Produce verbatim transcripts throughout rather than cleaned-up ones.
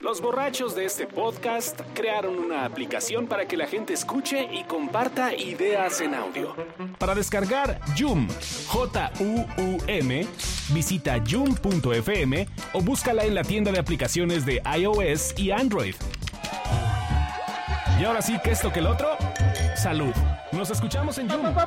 Los borrachos de este podcast crearon una aplicación para que la gente escuche y comparta ideas en audio. Para descargar Joom, J U U M, visita joom punto f m o búscala en la tienda de aplicaciones de iOS y Android. Y ahora sí que esto que el otro, salud. Nos escuchamos en Joom.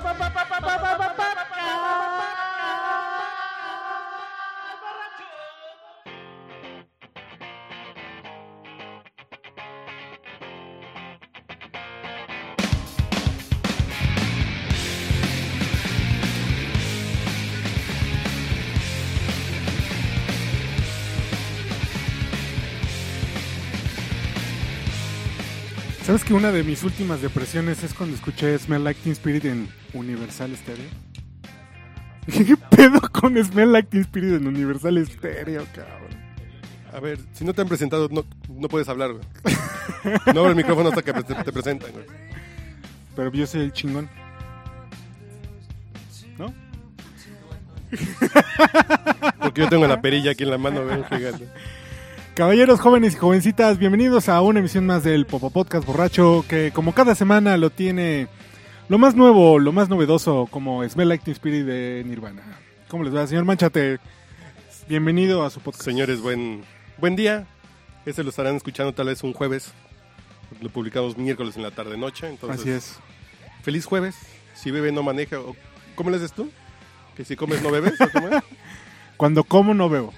¿Sabes que una de mis últimas depresiones es cuando escuché Smell Like Teen Spirit en Universal Stereo? ¿Qué pedo con Smell Like Teen Spirit en Universal Stereo, cabrón? A ver, si no te han presentado, no, no puedes hablar, güey. No abre el micrófono hasta que te, te presentan, güey. Pero yo soy el chingón, ¿no? Porque yo tengo la perilla aquí en la mano, güey, gigante. Caballeros, jóvenes y jovencitas, bienvenidos a una emisión más del Popo Podcast Borracho, que como cada semana lo tiene lo más nuevo, lo más novedoso, como Smell Like Teen Spirit de Nirvana. ¿Cómo les va, señor Manchate? Bienvenido a su podcast. Señores, buen, buen día. Este lo estarán escuchando tal vez un jueves. Lo publicamos miércoles en la tarde-noche. Entonces, así es. Feliz jueves. Si bebe, no maneja. O, ¿cómo le dices tú? ¿Que si comes, no bebes? ¿O cómo es? Cuando como, no bebo.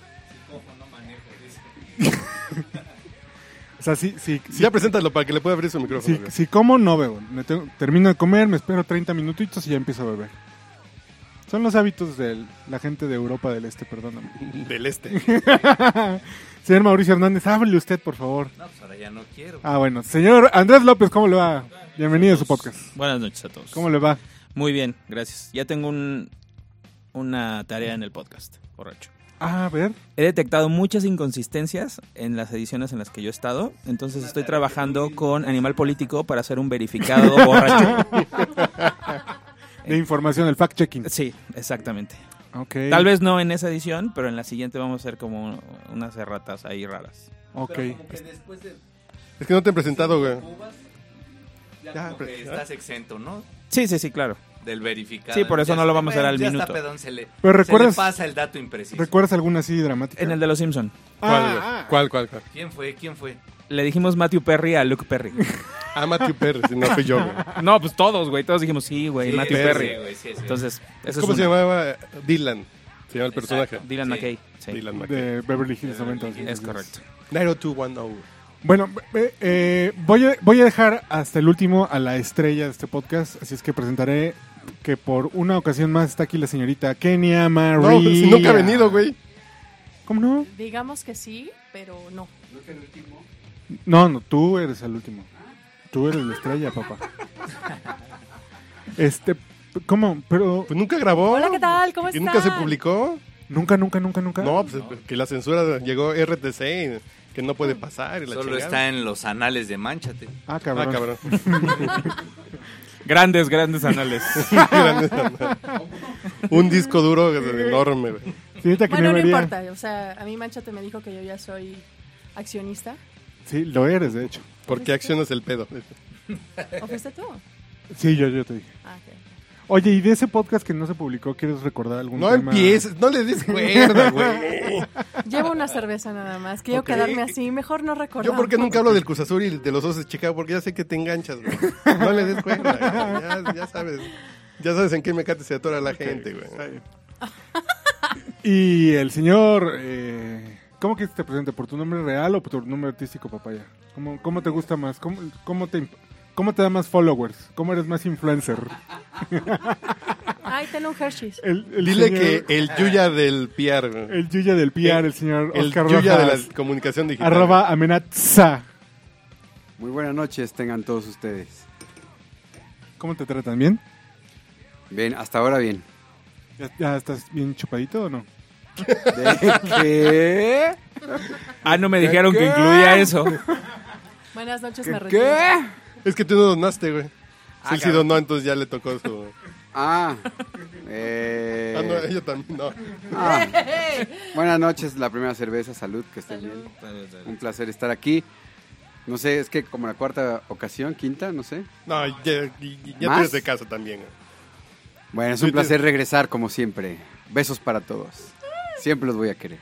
O sea, sí, sí, sí. Ya preséntalo para que le pueda abrir su micrófono. Si, si como, no bebo. Me tengo, termino de comer, me espero treinta minutitos y ya empiezo a beber. Son los hábitos de la gente de Europa del Este, perdóname. Del Este. Señor Mauricio Hernández, hable usted, por favor. No, pues ahora ya no quiero. Ah, bueno. Señor Andrés López, ¿cómo le va? Bienvenido a su podcast. Buenas noches a todos. ¿Cómo le va? Muy bien, gracias. Ya tengo un, una tarea en el podcast, borracho. Ah, a ver. He detectado muchas inconsistencias en las ediciones en las que yo he estado, entonces estoy trabajando con Animal Político para hacer un verificado borracho. De información, el fact-checking. Sí, exactamente. Okay. Tal vez no en esa edición, pero en la siguiente vamos a hacer como unas erratas ahí raras. Ok. Pero como que después de Es que no te han presentado, güey. Cubas, ya, Ya, como pero- que estás exento, ¿no? Sí, sí, sí, claro. Del verificado. Sí, por eso Ya no lo está- vamos a hacer al ya minuto. Está, perdón, se le, Pero recuerdas- se le pasa el dato impreciso. ¿Recuerdas alguna así dramática? En el de Los Simpson. ¿Cuál, Ah, güey? ah. ¿Cuál, cuál, cuál? ¿Quién fue? ¿Quién fue? Le dijimos Matthew Perry a Luke Perry. Ah, Matthew Perry, si no fui yo, güey. No, pues todos, güey. Todos dijimos, sí, güey, Sí, Matthew Perry. Perry. Sí, güey, sí, sí. Entonces, eso ¿Cómo es se una. llamaba? Dylan. Se llama el personaje. Dylan Sí. McKay. Sí, Dylan McKay. De Beverly Hills noventa. es correcto. nueve dos uno cero. Bueno, eh, eh, voy, a, voy a dejar hasta el último a la estrella de este podcast, así es que presentaré que por una ocasión más está aquí la señorita Kenia María. No, si nunca ha venido, güey. ¿Cómo no? Digamos que sí, pero no. No, no, tú eres el último. Tú eres la estrella, papá. Este, ¿cómo? Pero Pues nunca grabó. Hola, ¿qué tal? ¿Cómo ¿Y están? nunca se publicó? nunca, nunca, nunca, nunca. No, pues que la censura llegó R T C, y que no puede pasar. Y la Solo chingada. está en los anales de Manchate. Ah, Ah, cabrón. cabrón. Grandes, grandes anales. Un disco duro enorme, güey. Señorita Kenia Bueno, no María. importa. O sea, a mí Manchate me dijo que yo ya soy accionista. Sí, lo eres, de hecho. ¿Por qué accionas el pedo? ¿O fuiste tú? Sí, yo, yo te dije. Ah, ok. Oye, y de ese podcast que no se publicó, ¿quieres recordar algún No tema? empieces, no le des cuerda, güey. Llevo una cerveza nada más. Quiero Ok. quedarme así. Mejor no recordar. Yo porque nunca hablo del Cruz Azul y de los Osos de Chicago, porque ya sé que te enganchas, güey. No le des cuerda, güey. Ya, ya sabes. Ya sabes en qué mecate se atora la gente, güey. Y el señor, eh, ¿cómo quieres que te presente? ¿Por tu nombre real o por tu nombre artístico, papaya? ¿Cómo, cómo te gusta más? ¿Cómo, cómo, te, ¿Cómo te da más followers? ¿Cómo eres más influencer? Ay, ten un Hershey's. El, el Dile señor- que el Yuya del P R, güey. El Yuya del P R, el, señor El Oscar Yuya de Rojas, la comunicación digital. arroba amenaza. Muy buenas noches, tengan todos ustedes. ¿Cómo te tratan? ¿Bien? Bien, hasta ahora bien. ¿Ya, ya estás bien chupadito o no? ¿De qué? Ah, no me dijeron ¿Qué? que incluía eso. Buenas noches, ¿Qué? me retiro. ¿Qué? Es que tú no donaste, güey. Ah, Él sí donó, entonces ya le tocó su... Ah, eh, Ah, no, ella también, no. ah. Buenas noches, la primera cerveza, salud, que estén bien. Un placer estar aquí. No sé, es que como la cuarta ocasión, quinta, no sé. No, ya, ya, ya ¿Más? tú eres de casa también. Bueno, es un placer regresar como siempre. Besos para todos. Siempre los voy a querer.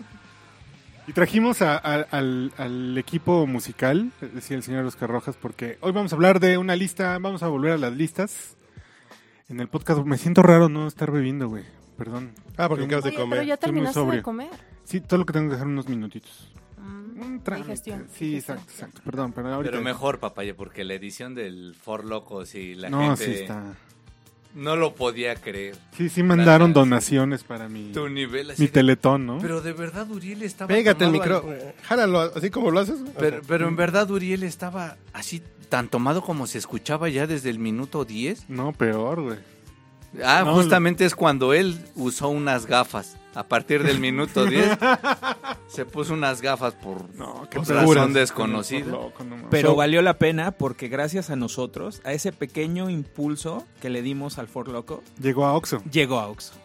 Y trajimos a- a- al, al equipo musical, decía el señor Oscar Rojas, porque hoy vamos a hablar de una lista, vamos a volver a las listas. En el podcast me siento raro no estar bebiendo, güey. Perdón. Ah, porque acabas de Oye, comer. pero ya Estoy muy terminaste sobrio. de comer. Sí, todo lo que tengo que dejar unos minutitos. Mm, Un trámite. digestión. Sí, digestión. exacto, exacto. Perdón, pero ahorita... Pero mejor, papaya, porque la edición del For Locos y la No, gente sí está... no lo podía creer. Sí, sí mandaron Gracias. donaciones para mi, Tu nivel así mi de- teletón, ¿no? Pero de verdad Uriel estaba Pégate el tomado micro. al- eh, Jálalo así como lo haces. Pero, O sea, pero en verdad Uriel estaba así tan tomado como se escuchaba ya desde el minuto diez. No, peor, güey. Ah, No, justamente es cuando él usó unas gafas. A partir del minuto diez se puso unas gafas por, No, por oscuras. razón desconocida. Por loco, no mames. Pero So- valió la pena porque gracias a nosotros, a ese pequeño impulso que le dimos al For Loco, Llegó a Oxxo. llegó a Oxxo.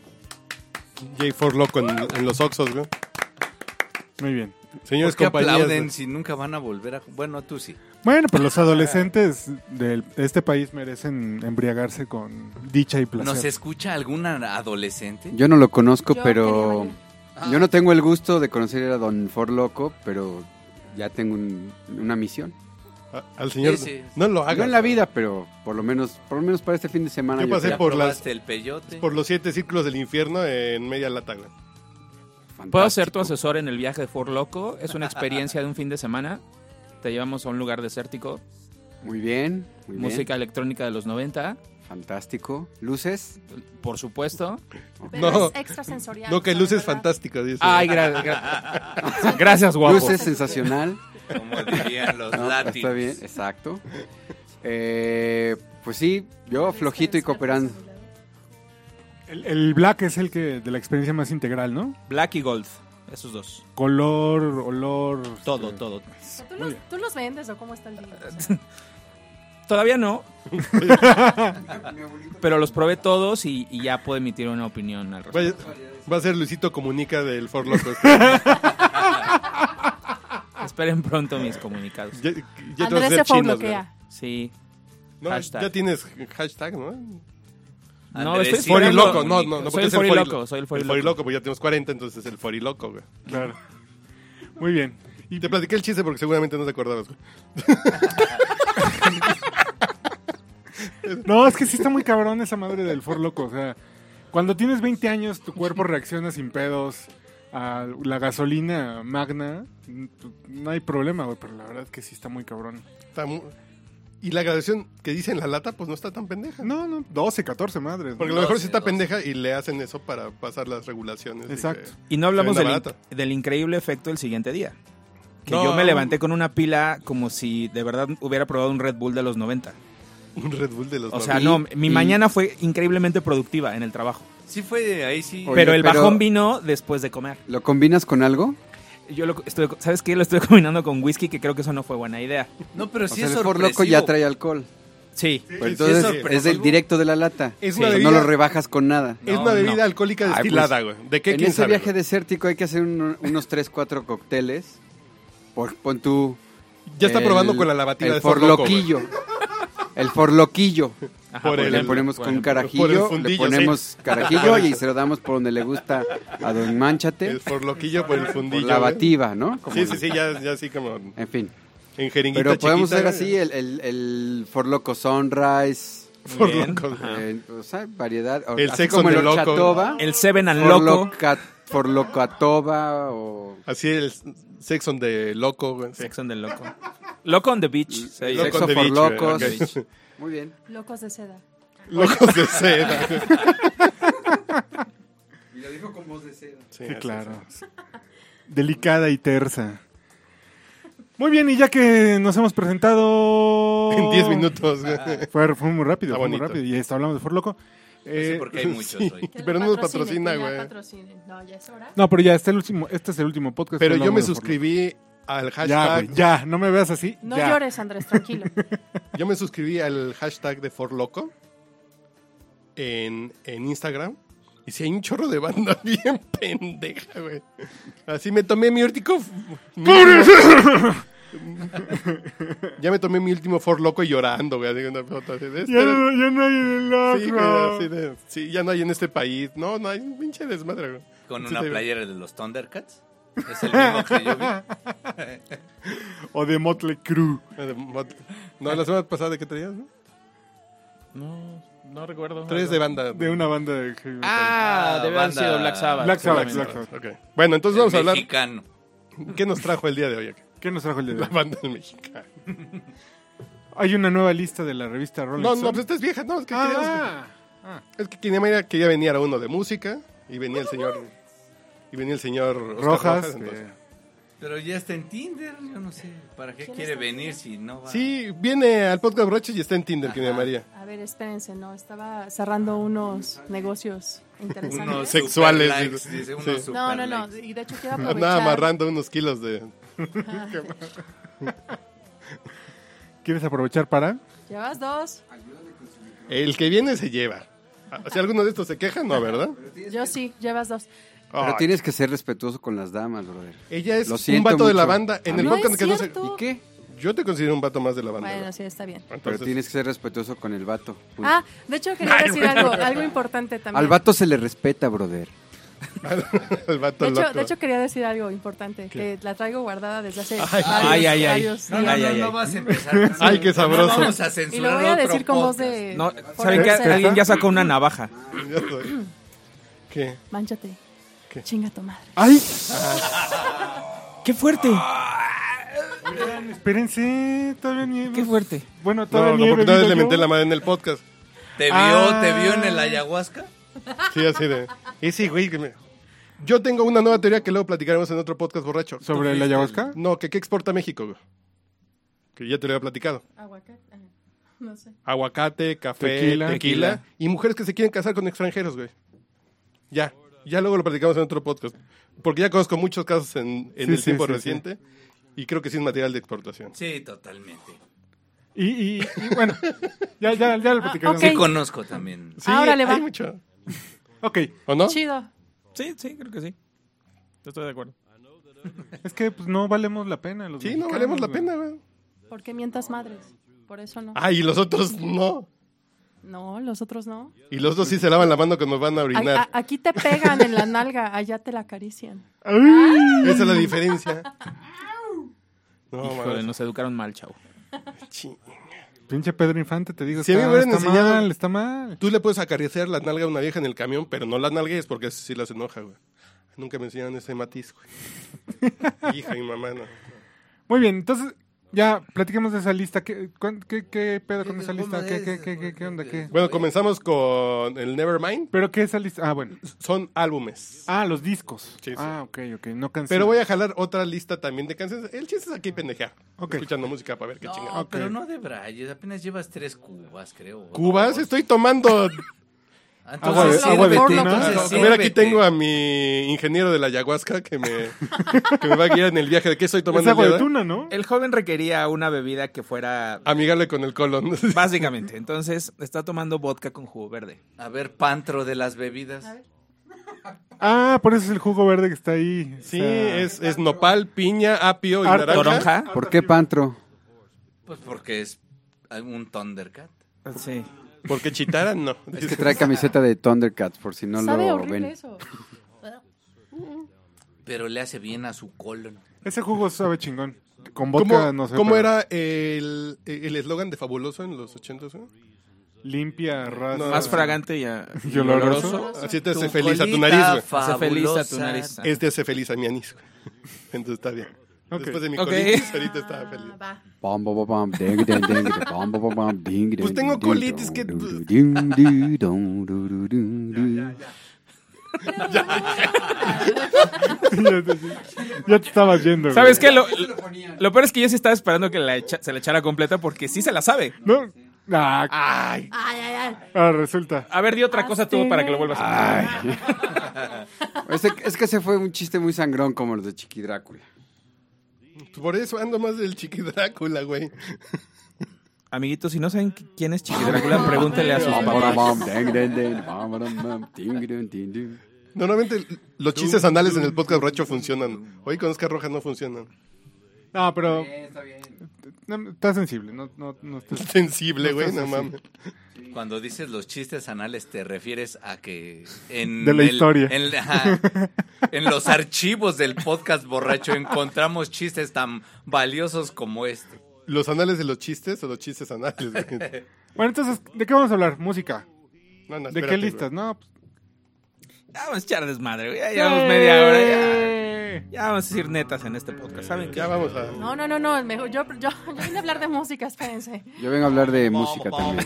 J cuatro Loco en, en los Oxxos, güey. Muy bien. Señores ¿Por qué compañías. aplauden si nunca van a volver a... Bueno, tú sí. Bueno, pues los adolescentes del- de este país merecen embriagarse con dicha y placer. ¿Nos escucha alguna adolescente? Yo no lo conozco, Yo pero quería yo no tengo el gusto de conocer a Don For Loco, pero ya tengo un- una misión. a- Al señor. Sí, sí. No lo hagas. No en la vida, pero por lo menos, por lo menos para este fin de semana. Yo yo pasé creo. ¿Ya por las- probaste el peyote? Por los siete círculos del infierno en media lata, güey. Puedo ser tu Fantástico. asesor en el viaje de For Loco. Es una experiencia de un fin de semana. Te llevamos a un lugar desértico. Muy bien, muy bien. Música electrónica de los noventa, Fantástico. Luces. por supuesto. Pero No. es extrasensorial. No, que ¿sabes, luces verdad? fantásticas, dice. Ay, gra- gra- gracias, guapo. Luces sensacional. Como dirían los No, latinos. está bien, exacto. Eh, pues sí, yo flojito y cooperando. El, el black es el que de la experiencia más integral, ¿no? Black y Gold, esos dos. Color, olor... Todo, este, todo. ¿Tú los, ¿Tú los vendes o cómo está el deal? O sea, Todavía no. Pero los probé todos y, y ya puedo emitir una opinión al Vaya, respecto. va a ser Luisito Comunica del For Loco. Esperen pronto mis comunicados. ya, ya te vas a Andrés hacer se chinos, faunloquea. Sí. güey. No, Hashtag. ya tienes hashtag, ¿no? No, Andrés, estoy sí, esperando. Foriloco, no, no, no, Soy porque el es el Foriloco, Foriloco. soy el El Foriloco. Foriloco, pues ya tenemos cuarenta, entonces es el Foriloco, güey. Claro. Muy bien. Y te platiqué el chiste porque seguramente no te acordabas, güey. No, es que sí está muy cabrón esa madre del For Loco. O sea, cuando tienes veinte años, tu cuerpo reacciona sin pedos a la gasolina magna. No hay problema, güey, pero la verdad es que sí está muy cabrón. Está mu- Y la graduación que dice en la lata, pues no está tan pendeja. No, no, doce, catorce madres. ¿no? Porque a lo mejor sí doce, está doce. pendeja y le hacen eso para pasar las regulaciones. de Exacto. que- Y no hablamos Se del, venda in- del increíble efecto el siguiente día. Que No. yo me levanté con una pila como si de verdad hubiera probado un Red Bull de los noventa. Un Red Bull de los O sea, noventa. no, mi y- mañana fue increíblemente productiva en el trabajo. Sí fue, ahí sí. Oye, pero el pero- bajón vino después de comer. ¿Lo combinas con algo? Yo lo estoy, ¿sabes qué? Lo estoy combinando con whisky, que creo que eso no fue buena idea. No, pero O sí sea, es el For sorpresivo. Loco ya trae alcohol. Sí. Pero sí, entonces es es, sorpresivo. del directo de la lata. Es Sí. una No bebida- lo rebajas con nada. Es No, una bebida no. alcohólica Ay, pues, destilada, güey. ¿De qué En quién ese sabe, viaje güey? desértico hay que hacer un- unos tres, cuatro cócteles. Por, pon tú... Ya está el- probando con la lavativa el de For Loco, güey. forloquillo. El forloquillo. Ajá, Por el- Le ponemos por con ejemplo. por el carajillo, le fundillo, ponemos sí. carajillo y se lo damos por donde le gusta a Don Manchate. El forloquillo por el Por fundillo. la güey. bativa, ¿no? Como- Sí, sí, sí, ya, ya así como En fin. en jeringuita Pero podemos chiquita, hacer güey. así el, el, el For Loco Sunrise. For Bien. Loco. eh, o sea, variedad. o- El así Sexo como de el Loco. Horchatoba, El Seven and For Loco. Loca- For Locatoba o... Así el Sexon de loco, güey. Sí. Sex on the Loco. Loco on the Beach. se dice. Loco Sexo on the for beach, güey, locos. ok. Muy bien. Locos de seda. Locos de seda. Y lo dijo con voz de seda. Sí, Sí, así, claro. Delicada y tersa. Muy bien, y ya que nos hemos presentado... En diez minutos, güey. Fue, fue muy rápido, Está fue muy bonito. rápido. Y esto hablamos de For Loco. No Eh, sé por qué hay muchos sí. hoy. Que Pero nos no nos patrocinen, patrocina, que ya güey. patrocinen. No, ya es hora. No, pero ya, este, el último, este es el último podcast. Pero que yo me hablamos de For suscribí al Loco. Ya, hashtag. güey, ya, no me veas así. No ya. llores, Andrés, tranquilo. Yo me suscribí al hashtag de For Loco. en, en Instagram. Y si hay un chorro de banda bien pendeja, güey. Así me tomé mi último... mi último- ya me tomé mi último For Loco llorando, güey. Así, una foto así de este- Ya no, ya no hay en el Sí, güey, así de- sí, ya no hay en este país. No, no hay un pinche desmadre, güey. Con Sí, una sí. playera de los Thundercats. Es el mismo que yo vi. O de Motley Crue. No, la semana pasada, ¿de qué traías? ¿No? No, no recuerdo. Tres de banda. De una banda de heavy metal. Ah, debe haber Banda- sido Black Sabbath. Black Sabbath, seguramente. Black Sabbath. Ok. Bueno, entonces vamos a El hablar. mexicano. ¿Qué nos trajo el día de hoy? ¿Qué nos trajo el día de La hoy? banda del mexicano. Hay una nueva lista de la revista Rolling No, Stone. no, pues esta es vieja, no, es que queríamos- Ah, ah. es que Kinemaria quería venir a uno de música y venía el señor y venía el señor Oscar Rojas. entonces. eh, Pero ya está en Tinder, yo no sé. ¿Para qué quiere venir si no va? Sí, viene al podcast Borrachos y está en Tinder, Kinemaria. A ver, espérense, no, estaba cerrando unos negocios interesantes. Unos Sexuales, super likes, dice. dice, unos Sí. super No, no, no, likes. y de hecho quiero Andaba aprovechar. amarrando unos kilos de... ¿Quieres aprovechar para? Llevas dos, El que viene se lleva. Si alguno de estos se queja, no, ¿verdad? yo sí, llevas dos. Pero Ay, tienes que ser respetuoso con las damas, brother. ella es Lo un siento vato de la mucho. banda. En el No podcast es que no sé... cierto. ¿Y qué? Yo te considero un vato más de la banda. Bueno, ¿verdad? sí, está bien. Pero Entonces, tienes que ser respetuoso con el vato. punto. Ah, de hecho quería decir algo, algo importante también. Al vato se le respeta, brother. el vato De hecho, loco. de hecho quería decir algo importante, que la traigo guardada desde hace Ay, varios, ay, ay, ay. varios No, días. no, Ay, no, ay, no ay. vas a empezar. Ay, qué sabroso. No vamos a Y lo censurar voy a otro decir con voz podcast. de... No, por ¿saben qué? tercera. Alguien ya sacó una navaja. Ya soy. ¿Qué? Mánchate. ¿Qué? Chinga tu madre. ¡Ay! ¡Qué fuerte! Oigan, espérense, todavía ni... ¡Qué fuerte! Bueno, No, todavía no, ni he porque una vez bebido le menté yo. la madre en el podcast. ¿Te vio, Ah. te vio en el ayahuasca? Sí, así de... Ese güey que me... Yo tengo una nueva teoría que luego platicaremos en otro podcast borracho. ¿Sobre la ayahuasca? No, que qué exporta México, güey. Que ya te lo había platicado. Aguacate. Ajá. No sé. Aguacate, café, Tequila. tequila, Tequila. y mujeres que se quieren casar con extranjeros, güey. Ya, ya luego lo platicamos en otro podcast. Porque ya conozco muchos casos en, en Sí, el sí, tiempo sí, reciente y creo que sí es material de exportación. Sí, totalmente. Y, y, y bueno, ya, ya, ya lo platicaremos. Ok. Sí conozco también. Sí, Ahora le va. hay mucho. Ok, ¿O no? Chido. Sí, sí, creo que sí. Estoy de acuerdo. es que pues no valemos la pena los Sí, no mexicanos, valemos la güey. pena, güey. Porque mientas madres. Por eso no. Ah, y los otros no. No, los otros no. Y los dos sí se lavan la mano cuando van a A- orinar. a- aquí te pegan en la nalga, allá te la acarician. Esa es la diferencia. No, Híjole, mames. nos educaron mal, chavo. Chi- Pinche Pedro Infante, te digo, Si a mí está, me hubieran está enseñado- mal, está mal. Tú le puedes acariciar la nalga a una vieja en el camión, pero no la nalgues porque eso sí las enoja, güey. Nunca me enseñaron ese matiz, güey. Hija y mamá, no. Muy bien, entonces ya platiquemos de esa lista. ¿Qué, cuán- qué, qué pedo con ¿Qué- esa cómo lista? ¿Qué, es? qué, qué, qué, qué onda? ¿Qué? Bueno, comenzamos con el Nevermind. ¿Pero qué es esa lista? Ah, bueno. Son álbumes. Ah, los discos. Sí, sí. Ah, ok, ok, no canciones. Pero voy a jalar otra lista también de canciones. El chiste es aquí pendejear. Ok. Escuchando música para ver qué No, chingada. pero no de Brayes, apenas llevas tres cubas, creo. o Cubas, dos. estoy tomando. Ah, Agua de- entonces agua de sírvete, tuna. entonces A ver, aquí sírvete. tengo a mi ingeniero de la ayahuasca que me, que me va a guiar en el viaje de qué estoy Es tomando. agua el de día tuna, ¿no? El joven requería una bebida que fuera Amigable con el colon. básicamente. Entonces, está tomando vodka con jugo verde. A ver, pantro de las bebidas. A ver. Ah, por eso es el jugo verde que está ahí. O Sí, sea, es, es nopal, piña, apio y Ar- naranja. Toronja. ¿Por qué Pantro? Pues porque es un Thundercat. Sí. Porque chitara, no. Es que trae camiseta de Thundercats, por si no Sabe lo horrible ven. eso. Pero le hace bien a su colon. Ese jugo sabe chingón. Con ¿Cómo, vodka no sé. cómo pero era el el eslogan de Fabuloso en los ochentas? ¿Eh? Limpia, raza. No. Más fragante y, a- ¿Y oloroso? Así te hace Tu feliz a tu colita nariz, güey. Hace feliz a tu fabulosa. nariz. Este hace feliz a mi anís, güey. Entonces está bien. Ok. Después de mi Ok. colitis, ahorita estaba feliz. Ah, va. Bom, bom, bom, bom, ding, ding, ding, bom, bom, bom, bom, ding, Pues ding, tengo ding, colitis dong, que- dong, ding, ding, dong, dong, dong, dong, dong. ya, te, ya te estabas yendo. ¿Sabes güey. qué? Lo, lo peor es que yo sí estaba esperando que la echa- se la echara completa porque sí se la sabe. No. Ah, Ay, Ay, ay, ay. ahora resulta. A ver, di otra cosa tú para que lo vuelvas a hacer. Ese- es que ese fue un chiste muy sangrón como los de Chiqui Drácula. por eso ando más del Chiqui Drácula, güey. Amiguitos, si no saben quién es Chiqui Drácula, pregúntenle a sus papás. Normalmente los chistes anales en el podcast borracho funcionan. Hoy con Oscar Rojas no funcionan. No, pero... Está bien. No, está sensible, no, no, no estás... Sensible, No güey, estás no así. mames. Cuando dices los chistes anales, te refieres a que en, De la el- historia. en, ajá, en los archivos del podcast borracho encontramos chistes tan valiosos como este. ¿Los anales de los chistes o los chistes anales? Güey? Bueno, entonces, ¿de qué vamos a hablar? Música. No, no, ¿De espérate, qué listas? No, pues... Ya vamos a echar desmadre, güey. Ya llevamos media hora. Ya, ¡Eh! ya vamos a decir netas en este podcast. ¿Saben güey. qué? Ya vamos a... No, no, no, no. Mejor, yo, yo, yo vine a hablar de música, espérense. Yo vengo a hablar de música también.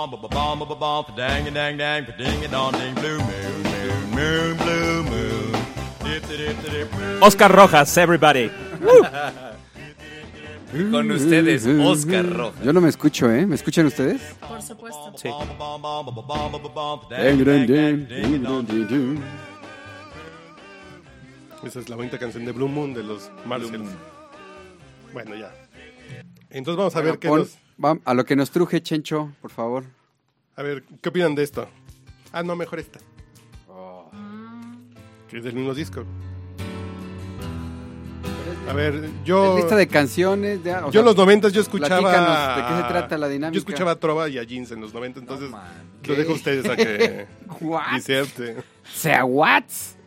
Oscar Rojas, everybody. Con ustedes, Oscar Rojas. Yo no me escucho, ¿eh? ¿Me escuchan ustedes? Por supuesto. Sí. Esa es la bonita canción de Blue Moon de los Marshalls. Bueno, ya. Entonces vamos a ver qué Pon- nos... va- a lo que nos truje, Chencho, por favor. A ver, ¿qué opinan de esto? Ah, no, mejor esta. Que es del mismo disco. A ver, yo... Es lista de canciones. De, o Yo sea, en los noventas yo escuchaba... platícanos, ¿de qué se trata la dinámica? Yo escuchaba a Trova y a Jeans en los noventa, entonces No, man. lo dejo a ustedes a que What? diserte. Sea what?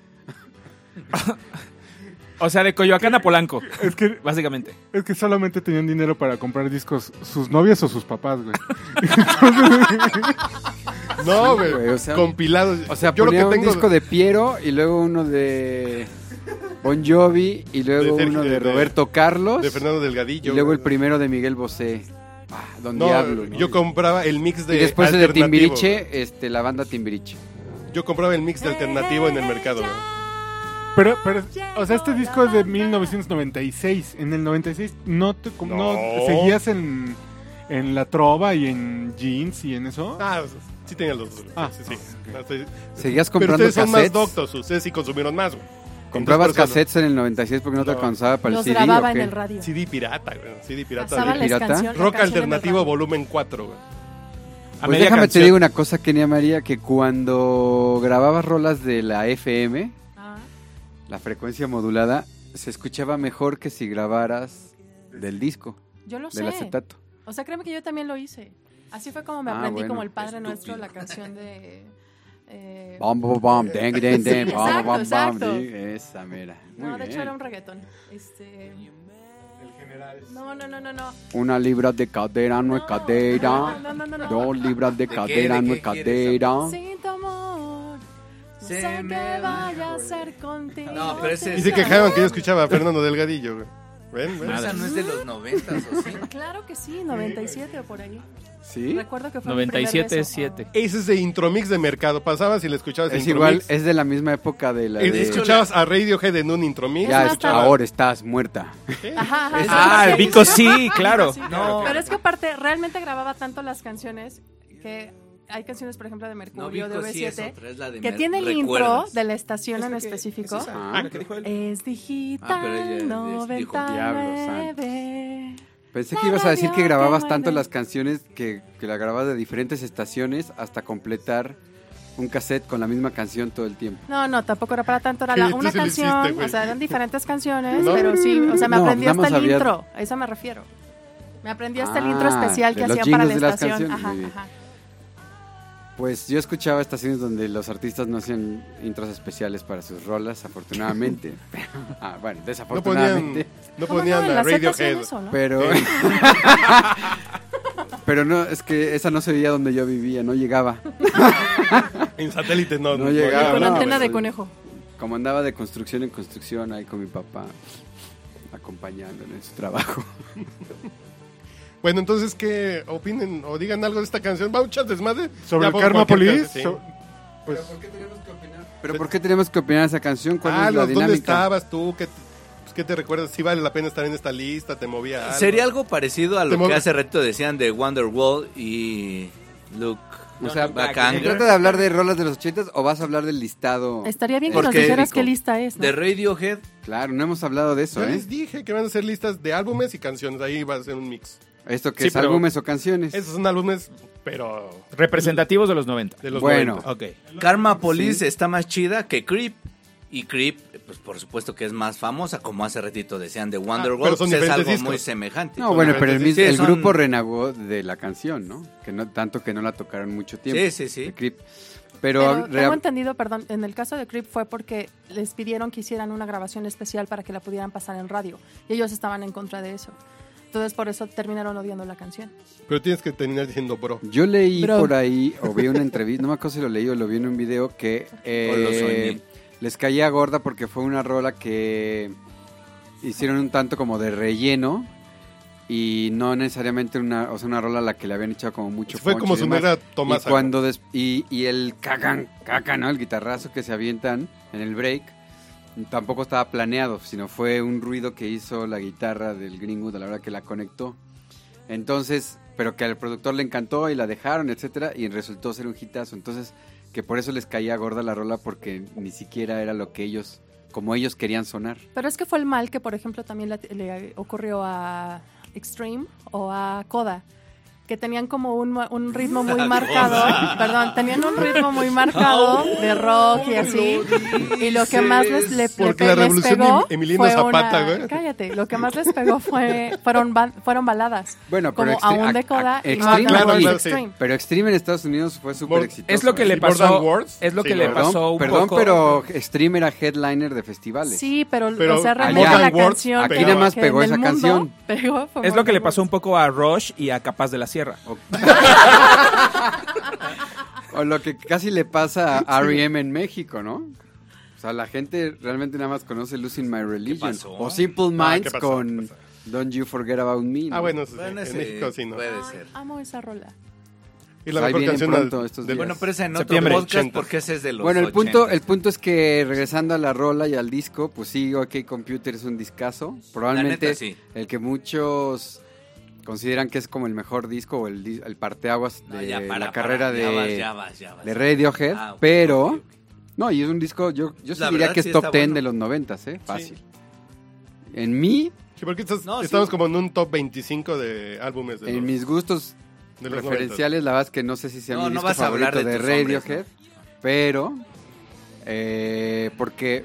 O sea, de Coyoacán a Polanco, Es que, básicamente. es que solamente tenían dinero para comprar discos sus novias o sus papás, güey. No, güey, güey, o sea- compilados. O sea, yo lo que ponía un tengo... disco de Piero y luego uno de Bon Jovi y luego De Sergio- uno de, de- Roberto Carlos de Fernando Delgadillo. y luego el güey. primero de Miguel Bosé. Ah, Don No, Diablo, ¿no? yo compraba el mix de Y después el de alternativo, Timbiriche, este, la banda Timbiriche. güey. Yo compraba el mix de alternativo en el mercado, güey. Pero, pero, o sea, este disco es de mil novecientos noventa y seis. En el noventa y seis no, te, no. No. seguías en, en La Trova y en Jeans y en eso. Ah, sí tenía los dos. Ah, sí, sí. ok. Ah, sí. Seguías Pero comprando ustedes son más cassettes. doctos, ustedes sí consumieron más, güey. Comprabas Entonces, por eso- cassettes en el noventa y seis porque no te No. alcanzaba para el Los C D. ¿o grababa en qué? el radio. C D pirata, güey. C D pirata. Pasaba de- las pirata? canción- la Rock canción en el alternativo radio. volumen cuatro, güey. A Pues media déjame canción. te digo una cosa, Kenia María, que cuando grababas rolas de la F M, Ah, la frecuencia modulada, se escuchaba mejor que si grabaras del disco, yo lo del sé. acetato. O sea, créeme que yo también lo hice. Así fue como me Ah, aprendí bueno. como el Padre Estúpido. Nuestro la canción de... eh, Bom, bom, bom, deng, deng, deng, Sí, bom, exacto, bom, bom, exacto. ding. Esa, mira. Muy no, de hecho bien. era un reggaetón. Este... No, no, no, no, no. Una libra de cadera no es cadera. No, no, no, no, no. Dos libras de qué? cadera ¿De no qué es quieres cadera. Sin tu amor, no Se sé me qué va. vaya a hacer contigo. No, pero ese Y se es- quejaban que yo escuchaba a Fernando Delgadillo, güey. ¿Ven? ¿Ven? Esa no es de los noventas, ¿o sí? Claro que sí, noventa y siete o por ahí. ¿Sí? Recuerdo que fue mi noventa y siete primer es siete. beso. Ese es de intromix de mercado. Pasabas y le escuchabas Es en igual, intromix. es de la misma época de la Eh, de... escuchabas a Radiohead en un intromix. Ya, Es más, escuchabas- ahora estás muerta. Ajá, ajá, Ah, sí, el sí, Vico sí. sí, claro. Sí, No. Pero es que aparte, realmente grababa tanto las canciones que hay canciones, por ejemplo, de No, Mercurio, de Vico sí es V siete, otra, es la de que me tiene el intro recuerdas. de la estación en específico. Ah, Es Ah, pero ella digital es- dijo, noventa y nueve. pensé La que ibas a decir que radio grababas que tanto mueve. las canciones que, que la grababas de diferentes estaciones hasta completar un cassette con la misma canción todo el tiempo. No, no, tampoco era para tanto, era Sí, la, tú una sí lo canción, hiciste, güey. o sea, eran diferentes canciones, ¿No? pero sí, o sea, me No, aprendí nada hasta más el había- intro, a eso me refiero. Me aprendí hasta el Ah, intro especial que de los hacían para la jingles de las estación. canciones, Ajá, muy bien. ajá. Pues yo escuchaba estaciones donde los artistas no hacían intros especiales para sus rolas, afortunadamente. ah, bueno, No ponían, desafortunadamente. no ¿Cómo ponían En a la Z hacían Radiohead. eso, ¿no? Pero... Pero no, es que esa no se veía donde yo vivía, no llegaba. En satélite no. No llegaba, Con no, antena pues, de conejo. Como andaba de construcción en construcción ahí con mi papá, acompañándole en su trabajo. Bueno, entonces, ¿qué opinen o digan algo de esta canción? ¿Va a echar desmadre? Sobre Ya el por Karma cualquier Police. caso, sí. so- pues, ¿Pero por qué tenemos que opinar de esa canción? ¿Cuál Ah, es la los- ¿dónde dinámica? estabas tú? ¿Qué, te- pues, ¿Qué te recuerdas? ¿Si vale la pena estar en esta lista? ¿Te movía algo? Sería algo parecido a Te lo mueve- que hace rato decían de Wonderwall y Look. O sea, Back ¿se Anger. trata de hablar de rolas de los ochentas o vas a hablar del listado? Estaría bien que Porque- nos dijeras Rico. qué lista es, ¿no? De Radiohead. Claro, no hemos hablado de eso, Yo ¿eh? les dije que van a ser listas de álbumes y canciones. Ahí va a ser un mix. ¿Esto que Sí, es pero- álbumes o canciones? Esos son álbumes, pero Representativos de los noventa. de los Bueno. noventa. Ok. Karma Police está más chida que Creep. Y Creep, pues por supuesto que es más famosa, como hace ratito decían de Wonderwall, Ah, pero son pues, es diferentes algo discos. muy semejante. No, bueno, pero el, mis- Sí, el son- grupo renegó de la canción, ¿no? Que no tanto que no la tocaron mucho tiempo. Sí, sí, sí. de Creep. Pero, Pero rea- tengo entendido, perdón, en el caso de Creep fue porque les pidieron que hicieran una grabación especial para que la pudieran pasar en radio. Y ellos estaban en contra de eso. Entonces por eso terminaron odiando la canción. Pero tienes que terminar diciendo bro. yo leí Bro. por ahí, o vi una entrevista, no me acuerdo si lo leí o lo vi en un video, que eh, O lo soñé. les caía gorda porque fue una rola que hicieron un tanto como de relleno y no necesariamente una, o sea, una rola a la que le habían echado como mucho Fue punch como y si demás. hubiera Tomás. Y cuando des- y, y el cacan, cacan, ¿no? El guitarrazo que se avientan en el break tampoco estaba planeado, sino fue un ruido que hizo la guitarra del Greenwood a la hora que la conectó. Entonces, pero que al productor le encantó y la dejaron, etcétera, y resultó ser un hitazo. Entonces, que por eso les caía gorda la rola porque ni siquiera era lo que ellos, como ellos querían sonar. Pero es que fue el mal que, por ejemplo, también le, le ocurrió a Extreme o a Coda, que tenían como un, un ritmo muy marcado, perdón, tenían un ritmo muy marcado de rock y así, y lo que más les, le, Porque le- la les revolución pegó de Emiliano fue Zapata, una- güey. cállate, lo que más les pegó fue fueron ban- fueron baladas, Bueno, pero como Extreme- aún de a- Coda a- y Extreme, no claro, More claro, Extreme. Pero Extreme en Estados Unidos fue súper Mor- exitoso. Es lo que le ¿Y Border pasó. Wars? Es lo que Sí, le ¿verdad? pasó un Perdón, poco. pero Extreme era headliner de festivales. Sí, pero, Pero o sea, allá- realmente la Morgan Ward canción aquí que- nada más que pegó en el esa mundo canción. pegó fue Es lo que le Morgan pasó un Ward. poco a Rush y a Capaz de la Sierra. O, o lo que casi le pasa a R E M en México, ¿no? O sea, la gente realmente nada más conoce Losing My Religion. pasó? O Simple Ah, Minds ¿qué pasó? con ¿Qué pasó? Don't You Forget About Me. ¿no? Ah, bueno, eso sí, Bueno, en ese México sí, ¿no? puede ser. Amo esa rola. Y la Ahí mejor viene canción pronto del- estos del- días. Bueno, pero ese en otro Septiembre. podcast ochenta. porque ese es de los Bueno, el punto, ochenta. el punto es que regresando a la rola y al disco, pues sí, OK Computer es un discazo. Probablemente La neta, sí. el que muchos consideran que es como el mejor disco o el, dis- el parteaguas No, de ya, para, la para, carrera ya de, vas, ya vas, ya vas. de Radiohead, Ah, ok, pero... ok, ok. No, y es un disco, yo, yo sí La diría verdad, que es sí top está ten bueno. de los noventas, ¿eh? Fácil. En mí, Sí, porque estás- No, sí. estamos como en un top veinticinco de álbumes de en los, mis gustos de los preferenciales, la verdad es que no sé si sea No, mi no disco vas a hablar favorito de, de tus hombres, Radiohead, pero eh, porque